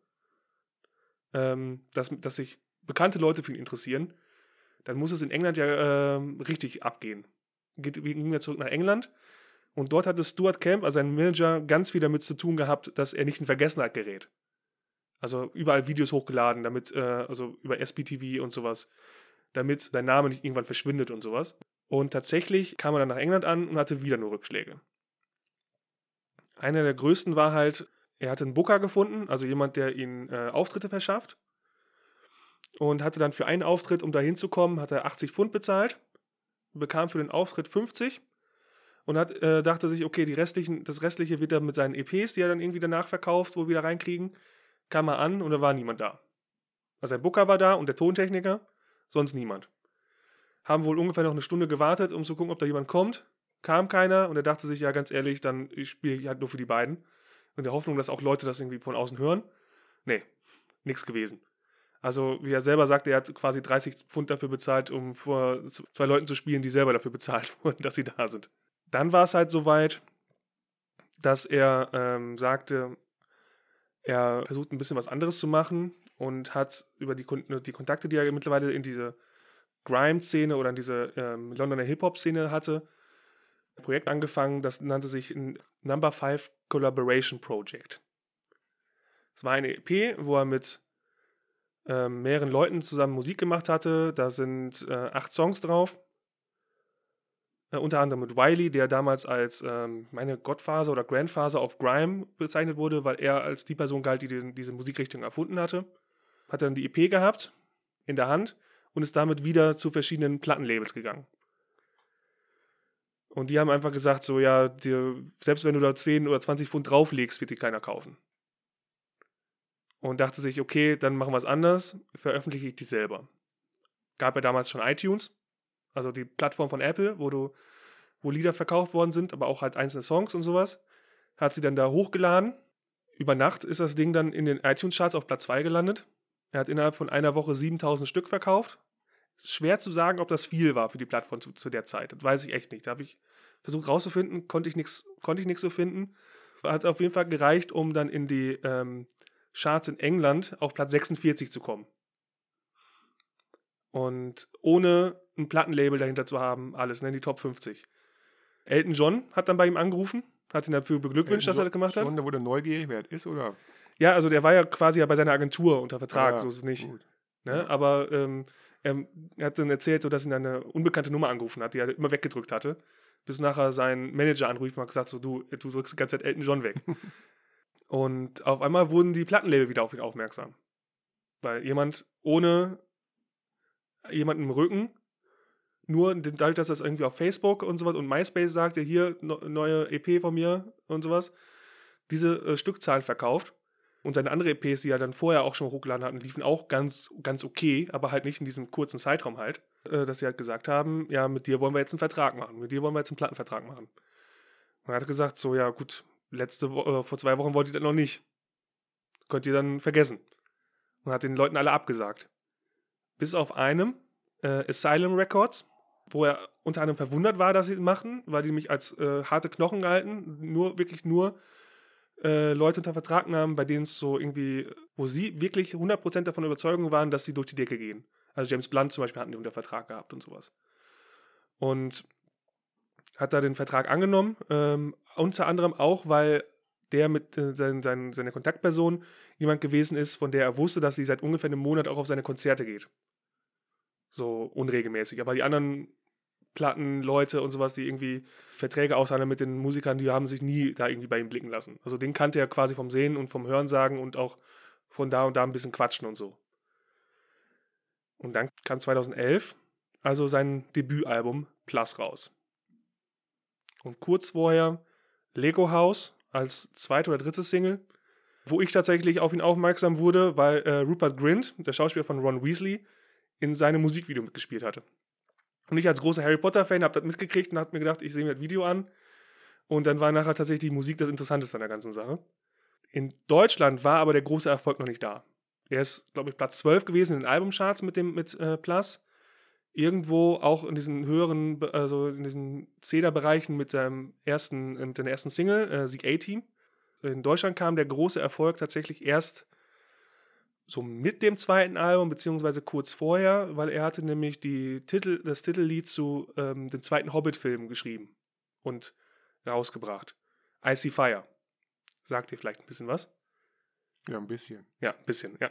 dass sich bekannte Leute für ihn interessieren, dann muss es in England ja richtig abgehen. Ging wir zurück nach England und dort hatte Stuart Camp, also sein Manager, ganz viel damit zu tun gehabt, dass er nicht in Vergessenheit gerät. Also überall Videos hochgeladen, damit, also über SBTV und sowas, damit sein Name nicht irgendwann verschwindet und sowas. Und tatsächlich kam er dann nach England an und hatte wieder nur Rückschläge. Einer der größten war halt, er hatte einen Booker gefunden, also jemand, der ihm Auftritte verschafft. Und hatte dann für einen Auftritt, um da hinzukommen, hat er 80 Pfund bezahlt, bekam für den Auftritt 50 und dachte sich, okay, das Restliche wird er mit seinen EPs, die er dann irgendwie danach verkauft, wo wir wieder reinkriegen, kam er an und da war niemand da. Also der Booker war da und der Tontechniker, sonst niemand. Haben wohl ungefähr noch eine Stunde gewartet, um zu gucken, ob da jemand kommt. Kam keiner und er dachte sich, ja ganz ehrlich, dann spiele ich halt nur für die beiden. In der Hoffnung, dass auch Leute das irgendwie von außen hören. Nee, nichts gewesen. Also, wie er selber sagt, er hat quasi 30 Pfund dafür bezahlt, um vor 2 Leuten zu spielen, die selber dafür bezahlt wurden, dass sie da sind. Dann war es halt soweit, dass er sagte, er versucht ein bisschen was anderes zu machen und hat über die Kontakte, die er mittlerweile in diese Grime-Szene oder in diese Londoner Hip-Hop-Szene hatte, ein Projekt angefangen, das nannte sich Number 5 Collaboration Project. Es war eine EP, wo er mit mehreren Leuten zusammen Musik gemacht hatte. Da sind 8 Songs drauf. Unter anderem mit Wiley, der damals als meine Godfather oder Grandfather of Grime bezeichnet wurde, weil er als die Person galt, die diese Musikrichtung erfunden hatte. Hat dann die EP gehabt in der Hand und ist damit wieder zu verschiedenen Plattenlabels gegangen. Und die haben einfach gesagt, so ja, selbst wenn du da 10 oder 20 Pfund drauflegst, wird die keiner kaufen. Und dachte sich, okay, dann machen wir es anders, veröffentliche ich die selber. Gab ja damals schon iTunes, also die Plattform von Apple, wo Lieder verkauft worden sind, aber auch halt einzelne Songs und sowas. Hat sie dann da hochgeladen. Über Nacht ist das Ding dann in den iTunes-Charts auf Platz 2 gelandet. Er hat innerhalb von einer Woche 7000 Stück verkauft. Ist schwer zu sagen, ob das viel war für die Plattform zu der Zeit. Das weiß ich echt nicht. Da habe ich versucht rauszufinden, konnte ich nichts so finden. Hat auf jeden Fall gereicht, um dann in die Charts in England auf Platz 46 zu kommen. Und ohne ein Plattenlabel dahinter zu haben, alles, ne, die Top 50. Elton John hat dann bei ihm angerufen, hat ihn dafür beglückwünscht, dass er das gemacht hat. Schon, der wurde neugierig, wer das ist, oder? Ja, also der war ja quasi bei seiner Agentur unter Vertrag, Ja, so ist es nicht. gut. Ne? Ja. Aber er hat dann erzählt, so, dass ihn eine unbekannte Nummer angerufen hat, die er immer weggedrückt hatte, bis nachher sein Manager anrief und hat gesagt, so, du drückst die ganze Zeit Elton John weg. Und auf einmal wurden die Plattenlabel wieder auf ihn aufmerksam. Weil jemand ohne jemanden im Rücken, nur dadurch, dass das irgendwie auf Facebook und sowas und MySpace sagt, ja hier, neue EP von mir und sowas, diese Stückzahlen verkauft. Und seine andere EPs, die er dann vorher auch schon hochgeladen hatten, liefen auch ganz, ganz okay, aber halt nicht in diesem kurzen Zeitraum halt, dass sie halt gesagt haben, ja, mit dir wollen wir jetzt einen Vertrag machen, mit dir wollen wir jetzt einen Plattenvertrag machen. Und er hat gesagt, so, ja gut, vor 2 Wochen wollt ihr das noch nicht. Könnt ihr dann vergessen. Und hat den Leuten alle abgesagt. Bis auf einem, Asylum Records, wo er unter anderem verwundert war, dass sie das machen, weil die mich als harte Knochen gehalten, wirklich nur Leute unter Vertrag nahmen, bei denen es so irgendwie, wo sie wirklich 100% davon Überzeugung waren, dass sie durch die Decke gehen. Also James Blunt zum Beispiel hatten die unter Vertrag gehabt und sowas. Und hat da den Vertrag angenommen, unter anderem auch, weil der mit seiner Kontaktperson jemand gewesen ist, von der er wusste, dass sie seit ungefähr einem Monat auch auf seine Konzerte geht. So unregelmäßig. Aber die anderen Plattenleute und sowas, die irgendwie Verträge aushandeln mit den Musikern, die haben sich nie da irgendwie bei ihm blicken lassen. Also den kannte er quasi vom Sehen und vom Hörensagen und auch von da und da ein bisschen quatschen und so. Und dann kam 2011 also sein Debütalbum Plus raus. Und kurz vorher Lego House als zweite oder dritte Single, wo ich tatsächlich auf ihn aufmerksam wurde, weil Rupert Grint, der Schauspieler von Ron Weasley, in seinem Musikvideo mitgespielt hatte. Und ich als großer Harry Potter-Fan habe das mitgekriegt und habe mir gedacht, ich sehe mir das Video an. Und dann war nachher tatsächlich die Musik das Interessanteste an der ganzen Sache. In Deutschland war aber der große Erfolg noch nicht da. Er ist, glaube ich, Platz 12 gewesen in den Albumcharts mit Plus. Irgendwo auch in diesen höheren, also in diesen 10er-Bereichen mit seiner ersten Single, Sieg A-Team. In Deutschland kam der große Erfolg tatsächlich erst so mit dem zweiten Album, beziehungsweise kurz vorher, weil er hatte nämlich das Titellied zu dem zweiten Hobbit-Film geschrieben und rausgebracht. I See Fire. Sagt ihr vielleicht ein bisschen was? Ja, ein bisschen. Ja, ein bisschen, ja.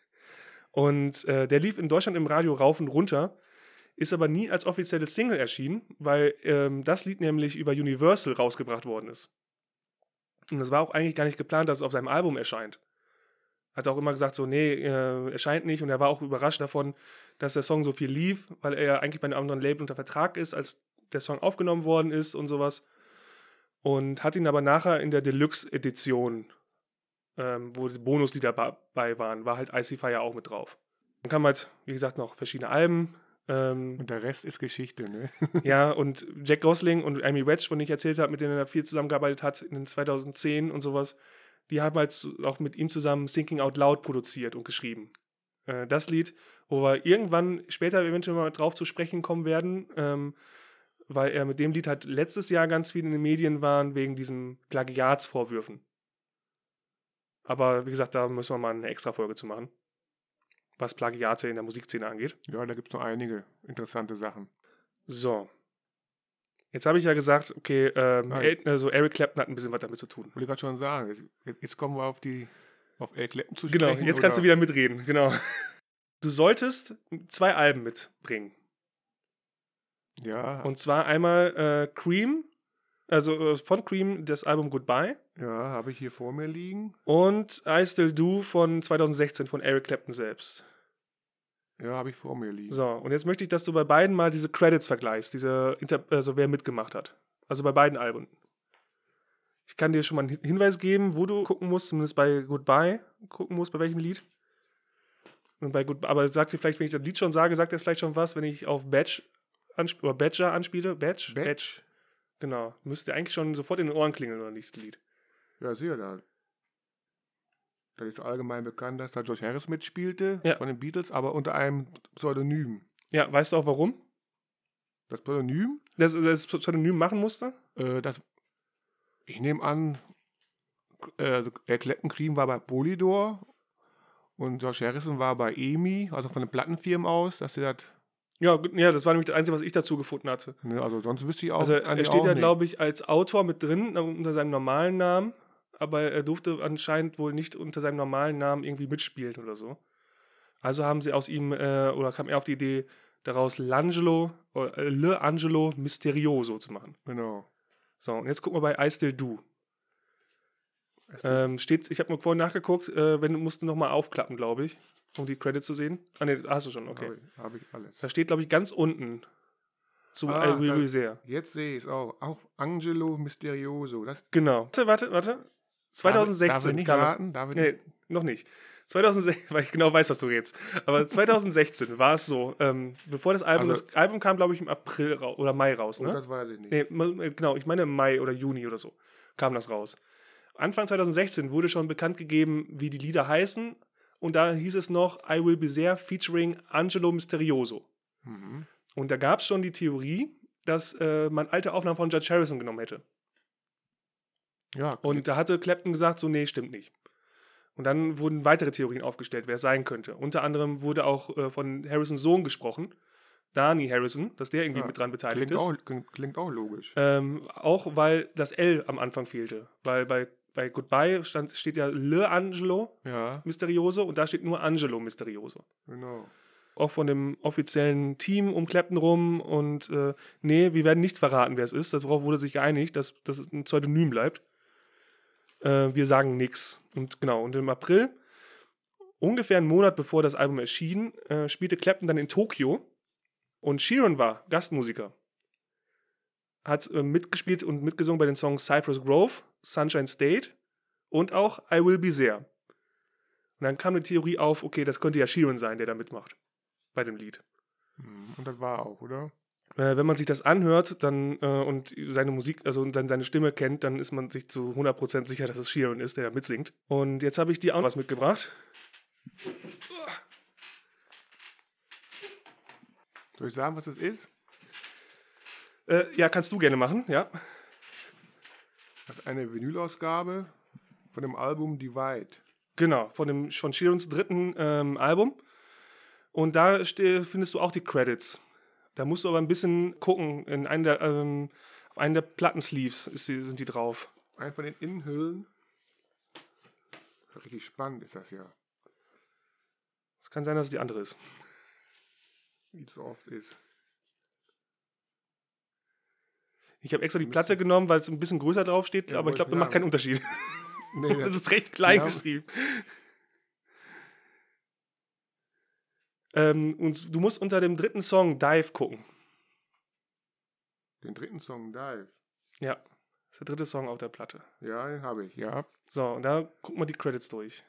Und der lief in Deutschland im Radio rauf und runter, ist aber nie als offizielles Single erschienen, weil das Lied nämlich über Universal rausgebracht worden ist. Und es war auch eigentlich gar nicht geplant, dass es auf seinem Album erscheint. Hat auch immer gesagt, so, nee, erscheint nicht. Und er war auch überrascht davon, dass der Song so viel lief, weil er eigentlich bei einem anderen Label unter Vertrag ist, als der Song aufgenommen worden ist und sowas. Und hat ihn aber nachher in der Deluxe-Edition, wo die Bonuslieder dabei waren, war halt Icy Fire auch mit drauf. Dann kamen halt, wie gesagt, noch verschiedene Alben. Und der Rest ist Geschichte, ne? Ja, und Jack Gosling und Amy Wedge, von denen ich erzählt habe, mit denen er viel zusammengearbeitet hat in den 2010 und sowas, die haben halt auch mit ihm zusammen Thinking Out Loud produziert und geschrieben. Das Lied, wo wir irgendwann später eventuell mal drauf zu sprechen kommen werden, weil er mit dem Lied halt letztes Jahr ganz viel in den Medien war, wegen diesen Plagiatsvorwürfen. Aber wie gesagt, da müssen wir mal eine extra Folge zu machen, was Plagiate in der Musikszene angeht. Ja, da gibt es noch einige interessante Sachen. So. Jetzt habe ich ja gesagt, okay, also Eric Clapton hat ein bisschen was damit zu tun. Wollte ich gerade schon sagen. Jetzt kommen wir auf Eric Clapton zu Genau, sprechen. jetzt kannst du wieder mitreden, genau. Du solltest 2 Alben mitbringen. Ja. Und zwar einmal Cream, also von Cream das Album Goodbye. Ja, habe ich hier vor mir liegen. Und I Still Do von 2016 von Eric Clapton selbst. Ja, habe ich vor mir liegen. So, und jetzt möchte ich, dass du bei beiden mal diese Credits vergleichst, also wer mitgemacht hat. Also bei beiden Alben. Ich kann dir schon mal einen Hinweis geben, wo du gucken musst, zumindest bei Goodbye gucken musst, bei welchem Lied. Und bei Goodbye, aber sagt dir vielleicht, wenn ich das Lied schon sage, sagt dir vielleicht schon was, wenn ich auf Badger anspiele. Badge? Genau. Müsste eigentlich schon sofort in den Ohren klingeln, oder nicht, das Lied? Ja, sicher da. Das ist allgemein bekannt, dass da George Harris mitspielte von den Beatles, aber unter einem Pseudonym. Ja, weißt du auch warum? Das Pseudonym? Das Pseudonym machen musste? Ich nehme an, Eric Clapton war bei Polydor und Josh Harrison war bei EMI, also von den Plattenfirmen aus, dass sie das, Ja, ja, das war nämlich das Einzige, was ich dazu gefunden hatte. ne, also sonst wüsste ich auch Also er eigentlich steht auch ja, nicht. glaube ich, als Autor mit drin, unter seinem normalen Namen, aber er durfte anscheinend wohl nicht unter seinem normalen Namen irgendwie mitspielen oder so. Also haben sie aus ihm, oder kam er auf die Idee, daraus Le Angelo Misterioso zu machen. Genau. So, und jetzt gucken wir bei I Still Do. Steht, ich habe mal vorhin nachgeguckt, musst du nochmal aufklappen, glaube ich, um die Credits zu sehen. Ah, ne, hast du schon, okay. Habe ich alles. Da steht, glaube ich, ganz unten zu I Will Be There. Jetzt sehe ich es auch. Auch Angelo Misterioso. Das Genau. Warte. 2016 darf ich nicht kam raten? Nee, noch nicht. 2016, weil ich genau weiß, was du redest. Aber 2016 war es so, bevor das Album, Also- das Album kam, glaube ich, im April oder Mai raus, Oh, ne? das weiß ich nicht. Nee, genau, ich meine im Mai oder Juni oder so kam das raus. Anfang 2016 wurde schon bekannt gegeben, wie die Lieder heißen. Und da hieß es noch I Will Be There featuring Angelo Misterioso. Mhm. Und da gab es schon die Theorie, dass man alte Aufnahmen von George Harrison genommen hätte. Ja, Und da hatte Clapton gesagt, so, nee, stimmt nicht. Und dann wurden weitere Theorien aufgestellt, wer es sein könnte. Unter anderem wurde auch von Harrisons Sohn gesprochen, Dhani Harrison, dass der irgendwie ja, mit dran beteiligt ist. klingt auch logisch. Auch weil das L am Anfang fehlte. Weil bei Goodbye steht ja Le Angelo Ja, Misterioso und da steht nur Angelo Misterioso. genau. Auch von dem offiziellen Team um Clapton rum und nee, wir werden nicht verraten, wer es ist. Darauf wurde sich geeinigt, dass es ein Pseudonym bleibt. Wir sagen nichts. Und genau, und im April, ungefähr einen Monat bevor das Album erschien, spielte Clapton dann in Tokio und Sheeran war Gastmusiker. Hat mitgespielt und mitgesungen bei den Songs Cypress Grove, Sunshine State und auch I Will Be There. Und dann kam eine Theorie auf, okay, das könnte ja Sheeran sein, der da mitmacht bei dem Lied. Und das war auch, oder? Wenn man sich das anhört dann, und seine Musik, also dann seine Stimme kennt, dann ist man sich zu 100% sicher, dass es Sheeran ist, der da mitsingt. Und jetzt habe ich dir auch was mitgebracht. Soll ich sagen, was es ist? Ja, kannst du gerne machen, ja. Das ist eine Vinylausgabe von dem Album Divide. Genau, von Sheerans dritten Album. Und da findest du auch die Credits. Da musst du aber ein bisschen gucken. Auf einen der Plattensleeves sind die drauf. Ein von den Innenhüllen. Richtig spannend ist das ja. Es kann sein, dass es die andere ist. Wie es so oft ist. Ich habe extra die Platte genommen, weil es ein bisschen größer drauf steht, Ja, aber ich wollte glaube, das ich macht keinen sagen. Unterschied. Nee, Das ist recht klein ja. geschrieben. Und du musst unter dem dritten Song Dive gucken. Den dritten Song Dive. Ja, das ist der dritte Song auf der Platte. Ja, den habe ich, ja. So, und da gucken wir die Credits durch.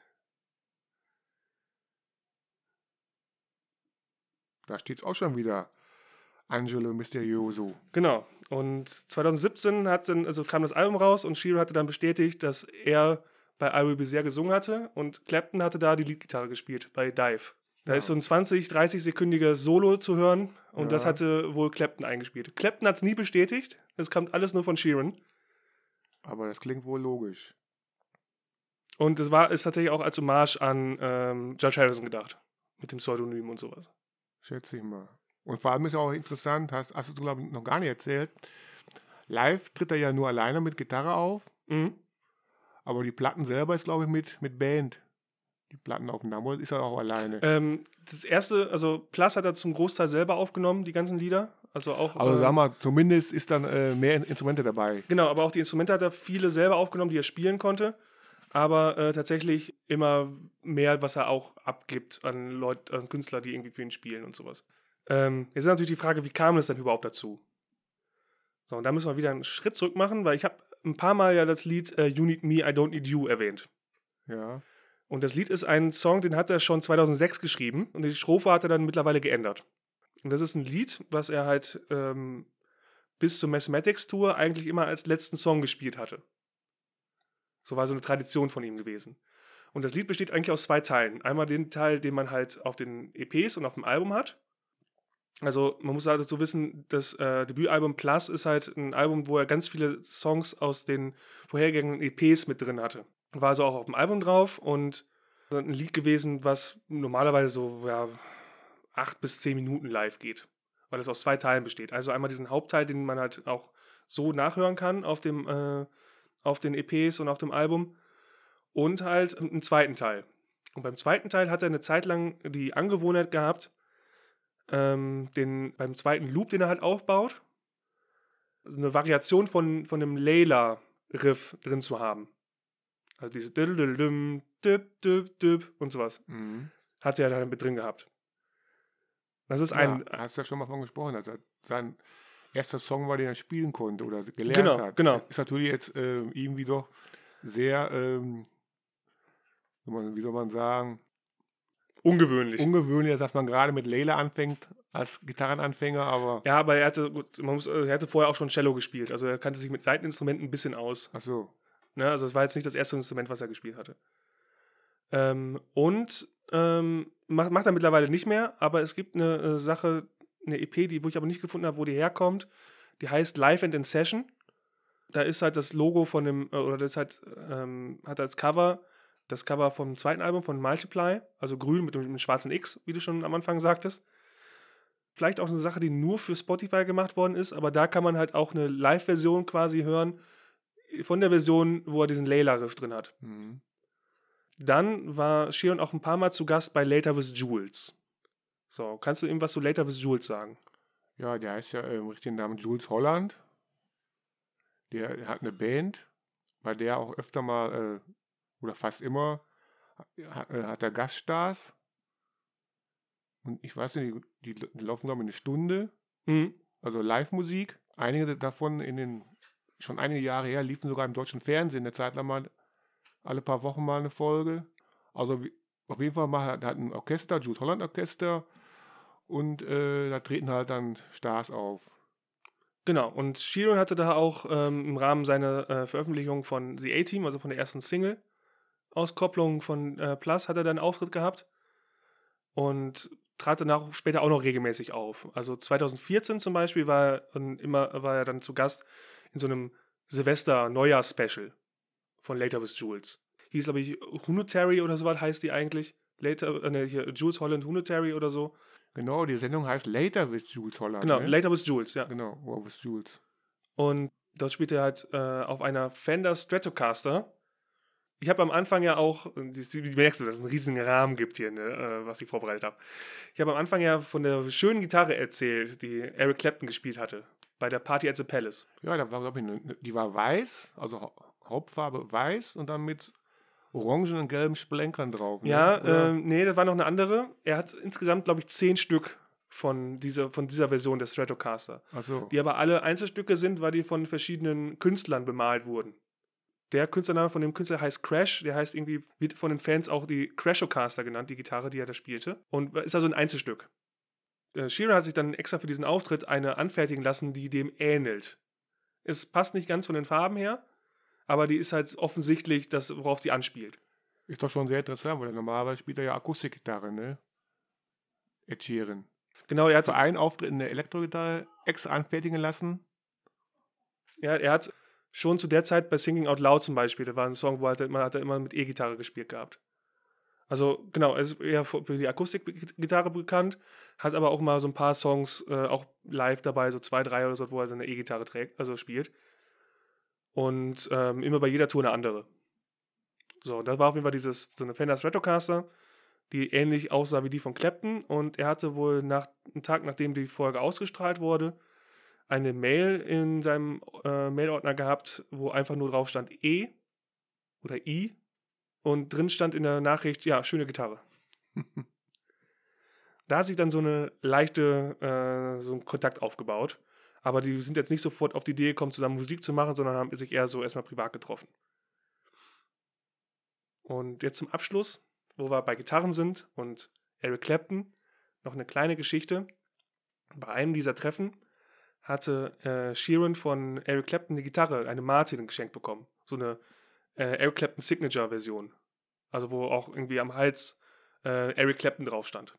Da steht es auch schon wieder. Angelo Misterioso. Genau. Und 2017 kam das Album raus und Sheeran hatte dann bestätigt, dass er bei I Will Be There gesungen hatte und Clapton hatte da die Leadgitarre gespielt bei Dive. Da Ja. ist so ein 20-30-sekündiges Solo zu hören und das Ja. hatte wohl Clapton eingespielt. Clapton hat es nie bestätigt, es kommt alles nur von Sheeran. Aber das klingt wohl logisch. Und ist tatsächlich auch als Hommage an George Harrison gedacht. Mit dem Pseudonym und sowas. Schätze ich mal. Und vor allem ist auch interessant, hast du, glaube ich, noch gar nicht erzählt. Live tritt er ja nur alleine mit Gitarre auf, Mhm. aber die Platten selber ist, glaube ich, mit Band. Die Plattenaufnahme ist er auch alleine. Das erste, also Plus hat er zum Großteil selber aufgenommen, die ganzen Lieder. Also auch. Also sag mal, zumindest ist dann mehr Instrumente dabei. Genau, aber auch die Instrumente hat er viele selber aufgenommen, die er spielen konnte. Aber tatsächlich immer mehr, was er auch abgibt an an Künstler, die irgendwie für ihn spielen und sowas. Jetzt ist natürlich die Frage, wie kam es denn überhaupt dazu? So, und da müssen wir wieder einen Schritt zurück machen, weil ich habe ein paar Mal ja das Lied You Need Me, I Don't Need You erwähnt. Ja. Und das Lied ist ein Song, den hat er schon 2006 geschrieben und die Strophe hat er dann mittlerweile geändert. Und das ist ein Lied, was er halt bis zur Mathematics Tour eigentlich immer als letzten Song gespielt hatte. So war so eine Tradition von ihm gewesen. Und das Lied besteht eigentlich aus zwei Teilen. Einmal den Teil, den man halt auf den EPs und auf dem Album hat. Also man muss dazu wissen, das Debütalbum Plus ist halt ein Album, wo er ganz viele Songs aus den vorhergehenden EPs mit drin hatte. War also auch auf dem Album drauf und ein Lied gewesen, was normalerweise so 8 bis 10 Minuten live geht, weil es aus 2 Teilen besteht. Also einmal diesen Hauptteil, den man halt auch so nachhören kann auf den EPs und auf dem Album und halt einen zweiten Teil. Und beim zweiten Teil hat er eine Zeit lang die Angewohnheit gehabt, beim zweiten Loop, den er halt aufbaut, also eine Variation von dem Layla-Riff drin zu haben. Also dieses Diddle-diddle-dum, dip, dip, dip und sowas. Mhm. Hat er da mit drin gehabt. Das ist Ja, hast du ja schon mal von gesprochen, dass er sein erster Song war, den er spielen konnte oder gelernt hat. Genau. Ist natürlich jetzt irgendwie doch sehr, wie soll man sagen, ungewöhnlich, dass man gerade mit Layla anfängt als Gitarrenanfänger, aber Ja, aber er hatte vorher auch schon Cello gespielt. Also er kannte sich mit Saiteninstrumenten ein bisschen aus. ach so. Ne? Also es war jetzt nicht das erste Instrument, was er gespielt hatte. Macht er mittlerweile nicht mehr, aber es gibt eine Sache, eine EP, wo ich aber nicht gefunden habe, wo die herkommt. Die heißt Live and in Session. Da ist halt das Logo von dem, oder das hat als Cover das Cover vom zweiten Album von Multiply, also grün mit dem schwarzen X, wie du schon am Anfang sagtest. Vielleicht auch eine Sache, die nur für Spotify gemacht worden ist, aber da kann man halt auch eine Live-Version quasi hören von der Version, wo er diesen Layla-Riff drin hat. Mhm. Dann war Sheeran auch ein paar Mal zu Gast bei Later with Jules. So, kannst du ihm was zu Later with Jules sagen? Ja, der heißt ja im richtigen Namen Jules Holland. Der hat eine Band, bei der auch öfter mal, oder fast immer, hat er Gaststars. Und ich weiß nicht, die laufen, glaube ich, eine Stunde. Mhm. Also Live-Musik. Einige davon schon einige Jahre her, liefen sogar im deutschen Fernsehen eine Zeit lang mal, alle paar Wochen mal eine Folge. Also auf jeden Fall hat ein Orchester, Jules Holland Orchester, und da treten halt dann Stars auf. Genau, und Sheeran hatte da auch im Rahmen seiner Veröffentlichung von The A-Team, also von der ersten Single-Auskopplung von Plus, hat er dann einen Auftritt gehabt und trat danach später auch noch regelmäßig auf. Also 2014 zum Beispiel war er dann zu Gast in so einem Silvester-Neujahr-Special von Later with Jules. Hieß, glaube ich, Hunutary oder so was heißt die eigentlich. Jules Holland Hunutary oder so. Genau, die Sendung heißt Later with Jules Holland. Genau, ne? Later with Jules, ja. Genau, with Jules. Und dort spielt er halt auf einer Fender Stratocaster. Ich habe am Anfang ja auch, wie merkst du, dass es einen riesigen Rahmen gibt hier, ne, was ich vorbereitet habe. Ich habe am Anfang ja von der schönen Gitarre erzählt, die Eric Clapton gespielt hatte, bei der Party at the Palace. Ja, da war, glaube ich, die war weiß, also Hauptfarbe weiß und dann mit orangen und gelben Splenkern drauf. Ne? Ja, nee, das war noch eine andere. Er hat insgesamt, glaube ich, 10 Stück von dieser Version der Stratocaster. Ach so. Die aber alle Einzelstücke sind, weil die von verschiedenen Künstlern bemalt wurden. Der Künstlername von dem Künstler heißt Crash, der heißt irgendwie, wird von den Fans auch die Crashocaster genannt, die Gitarre, die er da spielte. Und ist also ein Einzelstück. Sheeran hat sich dann extra für diesen Auftritt eine anfertigen lassen, die dem ähnelt. Es passt nicht ganz von den Farben her, aber die ist halt offensichtlich das, worauf die anspielt. Ist doch schon sehr interessant, weil normalerweise spielt er ja Akustikgitarre, ne? Ed Sheeran. Genau, er hat Für einen Auftritt eine Elektrogitarre extra anfertigen lassen. Ja, er hat schon zu der Zeit bei Singing Out Loud zum Beispiel, da war ein Song, wo hat er immer mit E-Gitarre gespielt gehabt. Also genau, er ist eher für die Akustikgitarre bekannt, hat aber auch mal so ein paar Songs auch live dabei, so 2, 3 oder so, wo er seine E-Gitarre trägt, also spielt. Und immer bei jeder Tour eine andere. So, da war auf jeden Fall so eine Fender Stratocaster, die ähnlich aussah wie die von Clapton. Und er hatte wohl einen Tag, nachdem die Folge ausgestrahlt wurde, eine Mail in seinem Mailordner gehabt, wo einfach nur drauf stand E oder I und drin stand in der Nachricht, ja, schöne Gitarre. Da hat sich dann so eine so ein Kontakt aufgebaut, aber die sind jetzt nicht sofort auf die Idee gekommen, zusammen Musik zu machen, sondern haben sich eher so erstmal privat getroffen. Und jetzt zum Abschluss, wo wir bei Gitarren sind und Eric Clapton, noch eine kleine Geschichte. Bei einem dieser Treffen hatte Sheeran von Eric Clapton eine Gitarre, eine Martin, geschenkt bekommen. So eine Eric Clapton Signature-Version. Also wo auch irgendwie am Hals Eric Clapton drauf stand.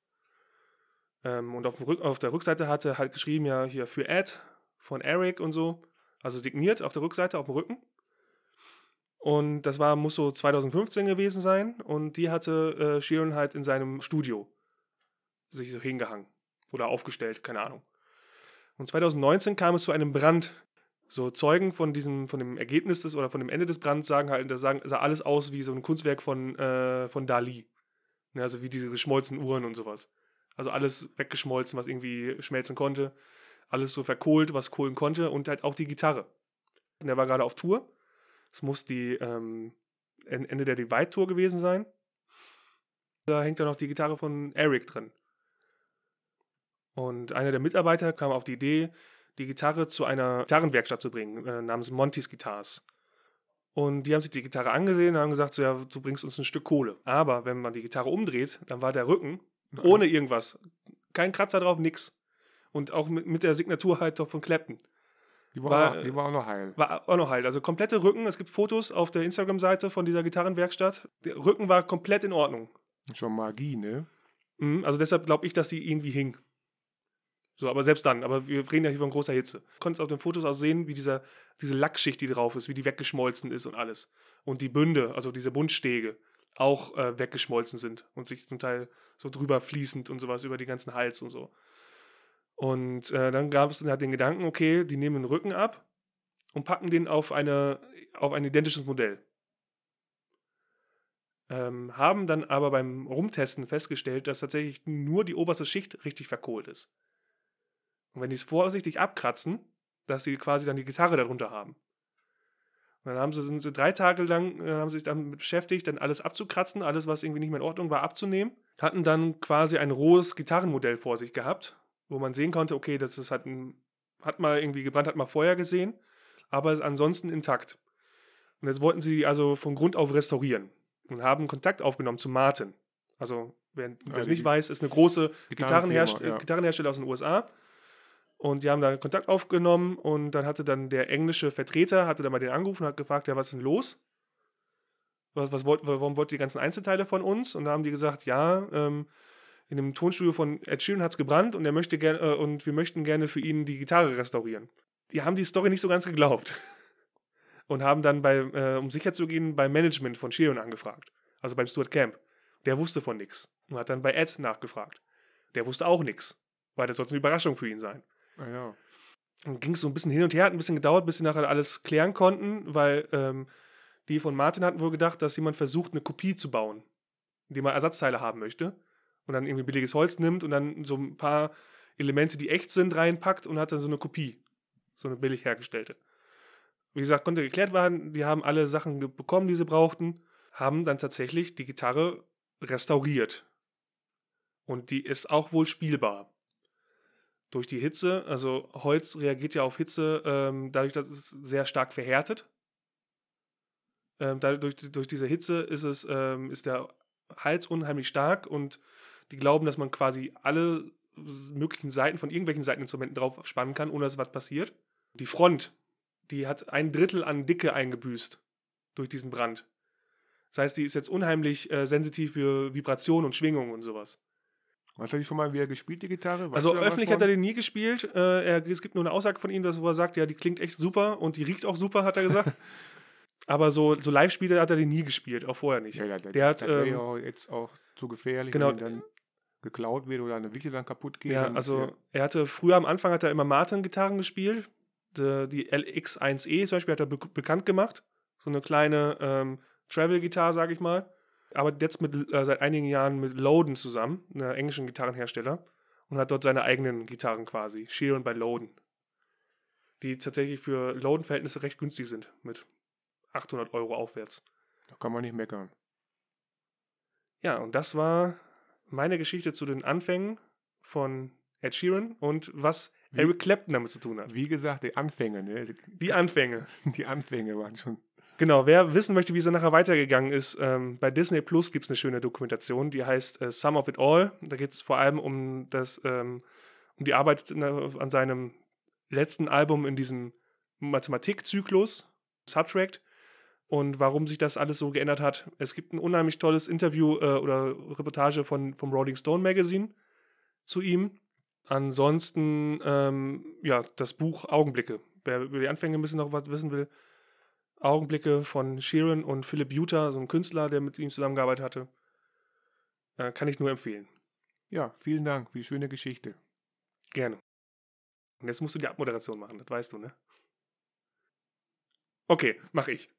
Und auf der Rückseite hatte halt geschrieben, ja, hier für Ed von Eric und so. Also signiert auf der Rückseite, auf dem Rücken. Und das muss so 2015 gewesen sein. Und die hatte Sheeran halt in seinem Studio sich so hingehangen oder aufgestellt, keine Ahnung. Und 2019 kam es zu einem Brand. So Zeugen von dem Ergebnis oder von dem Ende des Brands sagen halt, das sah alles aus wie so ein Kunstwerk von Dali. Ja, also wie diese geschmolzenen Uhren und sowas. Also alles weggeschmolzen, was irgendwie schmelzen konnte. Alles so verkohlt, was kohlen konnte. Und halt auch die Gitarre. Und der war gerade auf Tour. Es muss die Ende der Divide-Tour gewesen sein. Da hängt dann noch die Gitarre von Eric drin. Und einer der Mitarbeiter kam auf die Idee, die Gitarre zu einer Gitarrenwerkstatt zu bringen, namens Monty's Guitars. Und die haben sich die Gitarre angesehen und haben gesagt, so, ja, du bringst uns ein Stück Kohle. Aber wenn man die Gitarre umdreht, dann war der Rücken ohne irgendwas. Kein Kratzer drauf, nix. Und auch mit der Signatur halt doch von Clapton. Die war auch noch heil. War auch noch heil. Also komplette Rücken. Es gibt Fotos auf der Instagram-Seite von dieser Gitarrenwerkstatt. Der Rücken war komplett in Ordnung. Schon Magie, ne? Also deshalb glaube ich, dass die irgendwie hing. So, aber selbst dann. Aber wir reden ja hier von großer Hitze. Du konntest auf den Fotos auch sehen, wie diese Lackschicht, die drauf ist, wie die weggeschmolzen ist und alles. Und die Bünde, also diese Bundstege, auch weggeschmolzen sind und sich zum Teil so drüber fließend und sowas über die ganzen Hals und so. Und dann gab es dann halt den Gedanken, okay, die nehmen den Rücken ab und packen den auf ein identisches Modell. Haben dann aber beim Rumtesten festgestellt, dass tatsächlich nur die oberste Schicht richtig verkohlt ist. Und wenn die es vorsichtig abkratzen, dass sie quasi dann die Gitarre darunter haben. Und dann sind sie 3 Tage lang haben sich damit beschäftigt, dann alles abzukratzen, alles, was irgendwie nicht mehr in Ordnung war, abzunehmen. Hatten dann quasi ein rohes Gitarrenmodell vor sich gehabt, wo man sehen konnte, okay, das ist halt hat mal irgendwie gebrannt, hat mal Feuer gesehen, aber ist ansonsten intakt. Und jetzt wollten sie also von Grund auf restaurieren und haben Kontakt aufgenommen zu Martin. Also, wer es nicht weiß, ist eine große Gitarrenhersteller aus den USA. Und die haben da Kontakt aufgenommen und dann hatte dann der englische Vertreter, hatte dann mal den angerufen und hat gefragt, ja, was ist denn los? Warum wollt ihr die ganzen Einzelteile von uns? Und da haben die gesagt, ja, in dem Tonstudio von Ed Sheeran hat es gebrannt und und wir möchten gerne für ihn die Gitarre restaurieren. Die haben die Story nicht so ganz geglaubt und haben dann um sicher zu gehen, beim Management von Sheeran angefragt. Also beim Stuart Camp. Der wusste von nichts und hat dann bei Ed nachgefragt. Der wusste auch nichts, weil das sollte eine Überraschung für ihn sein. Ah, ja. Und ging es so ein bisschen hin und her, hat ein bisschen gedauert, bis sie nachher alles klären konnten, weil die von Martin hatten wohl gedacht, dass jemand versucht, eine Kopie zu bauen, indem er Ersatzteile haben möchte und dann irgendwie billiges Holz nimmt und dann so ein paar Elemente, die echt sind, reinpackt und hat dann so eine Kopie, so eine billig hergestellte. Wie gesagt, konnte geklärt werden, die haben alle Sachen bekommen, die sie brauchten, haben dann tatsächlich die Gitarre restauriert. Und die ist auch wohl spielbar. Durch die Hitze, also Holz reagiert ja auf Hitze, dadurch, dass es sehr stark verhärtet. Durch diese Hitze ist der Hals unheimlich stark und die glauben, dass man quasi alle möglichen Seiten von irgendwelchen Seiteninstrumenten drauf spannen kann, ohne dass was passiert. Die Front, die hat 1/3 an Dicke eingebüßt durch diesen Brand. Das heißt, die ist jetzt unheimlich sensitiv für Vibrationen und Schwingungen und sowas. Hast du die schon mal wieder gespielt, die Gitarre? Also öffentlich hat er den nie gespielt. Es gibt nur eine Aussage von ihm, wo er sagt, ja, die klingt echt super und die riecht auch super, hat er gesagt. Aber so Live-Spiele hat er den nie gespielt, auch vorher nicht. Ja, das wäre ja jetzt auch zu gefährlich, genau, wenn dann geklaut wird oder eine Wickle dann kaputt geht. Ja, also er hatte früher am Anfang hat er immer Martin-Gitarren gespielt. Die LX1E zum Beispiel hat er bekannt gemacht. So eine kleine Travel-Gitarre, sage ich mal. Aber jetzt seit einigen Jahren mit Loden zusammen, einer englischen Gitarrenhersteller. Und hat dort seine eigenen Gitarren quasi. Sheeran bei Loden. Die tatsächlich für Loden-Verhältnisse recht günstig sind. Mit 800 € aufwärts. Da kann man nicht meckern. Ja, und das war meine Geschichte zu den Anfängen von Ed Sheeran und was Eric Clapton damit zu tun hat. Wie gesagt, die Anfänge, ne? Die Anfänge. Die Anfänge waren schon. Genau, wer wissen möchte, wie es nachher weitergegangen ist, bei Disney Plus gibt es eine schöne Dokumentation, die heißt Some of It All. Da geht es vor allem um die Arbeit an seinem letzten Album in diesem Mathematikzyklus, Subtract, und warum sich das alles so geändert hat. Es gibt ein unheimlich tolles Interview oder Reportage vom Rolling Stone Magazine zu ihm. Ansonsten, das Buch Augenblicke. Wer über die Anfänge ein bisschen noch was wissen will, Augenblicke von Sheeran und Philip Utah, so ein Künstler, der mit ihm zusammengearbeitet hatte. Kann ich nur empfehlen. Ja, vielen Dank. Wie schöne Geschichte. Gerne. Und jetzt musst du die Abmoderation machen, das weißt du, ne? Okay, mache ich.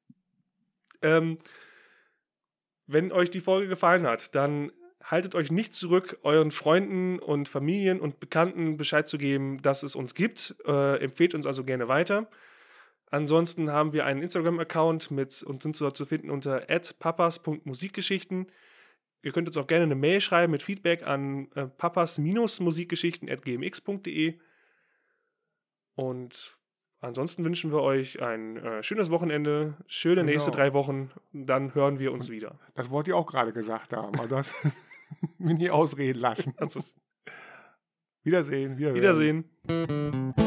Wenn euch die Folge gefallen hat, dann haltet euch nicht zurück, euren Freunden und Familien und Bekannten Bescheid zu geben, dass es uns gibt. Empfehlt uns also gerne weiter. Ansonsten haben wir einen Instagram-Account und sind dort zu finden unter @papas.musikgeschichten. Ihr könnt uns auch gerne eine Mail schreiben mit Feedback an papas-musikgeschichten@gmx.de. Und ansonsten wünschen wir euch ein schönes Wochenende, schöne nächste Genau. 3 Wochen. Dann hören wir uns wieder. Das wollte ich auch gerade gesagt haben, aber das mich nie ausreden lassen. Also, Wiedersehen. Wiederhören. Wiedersehen.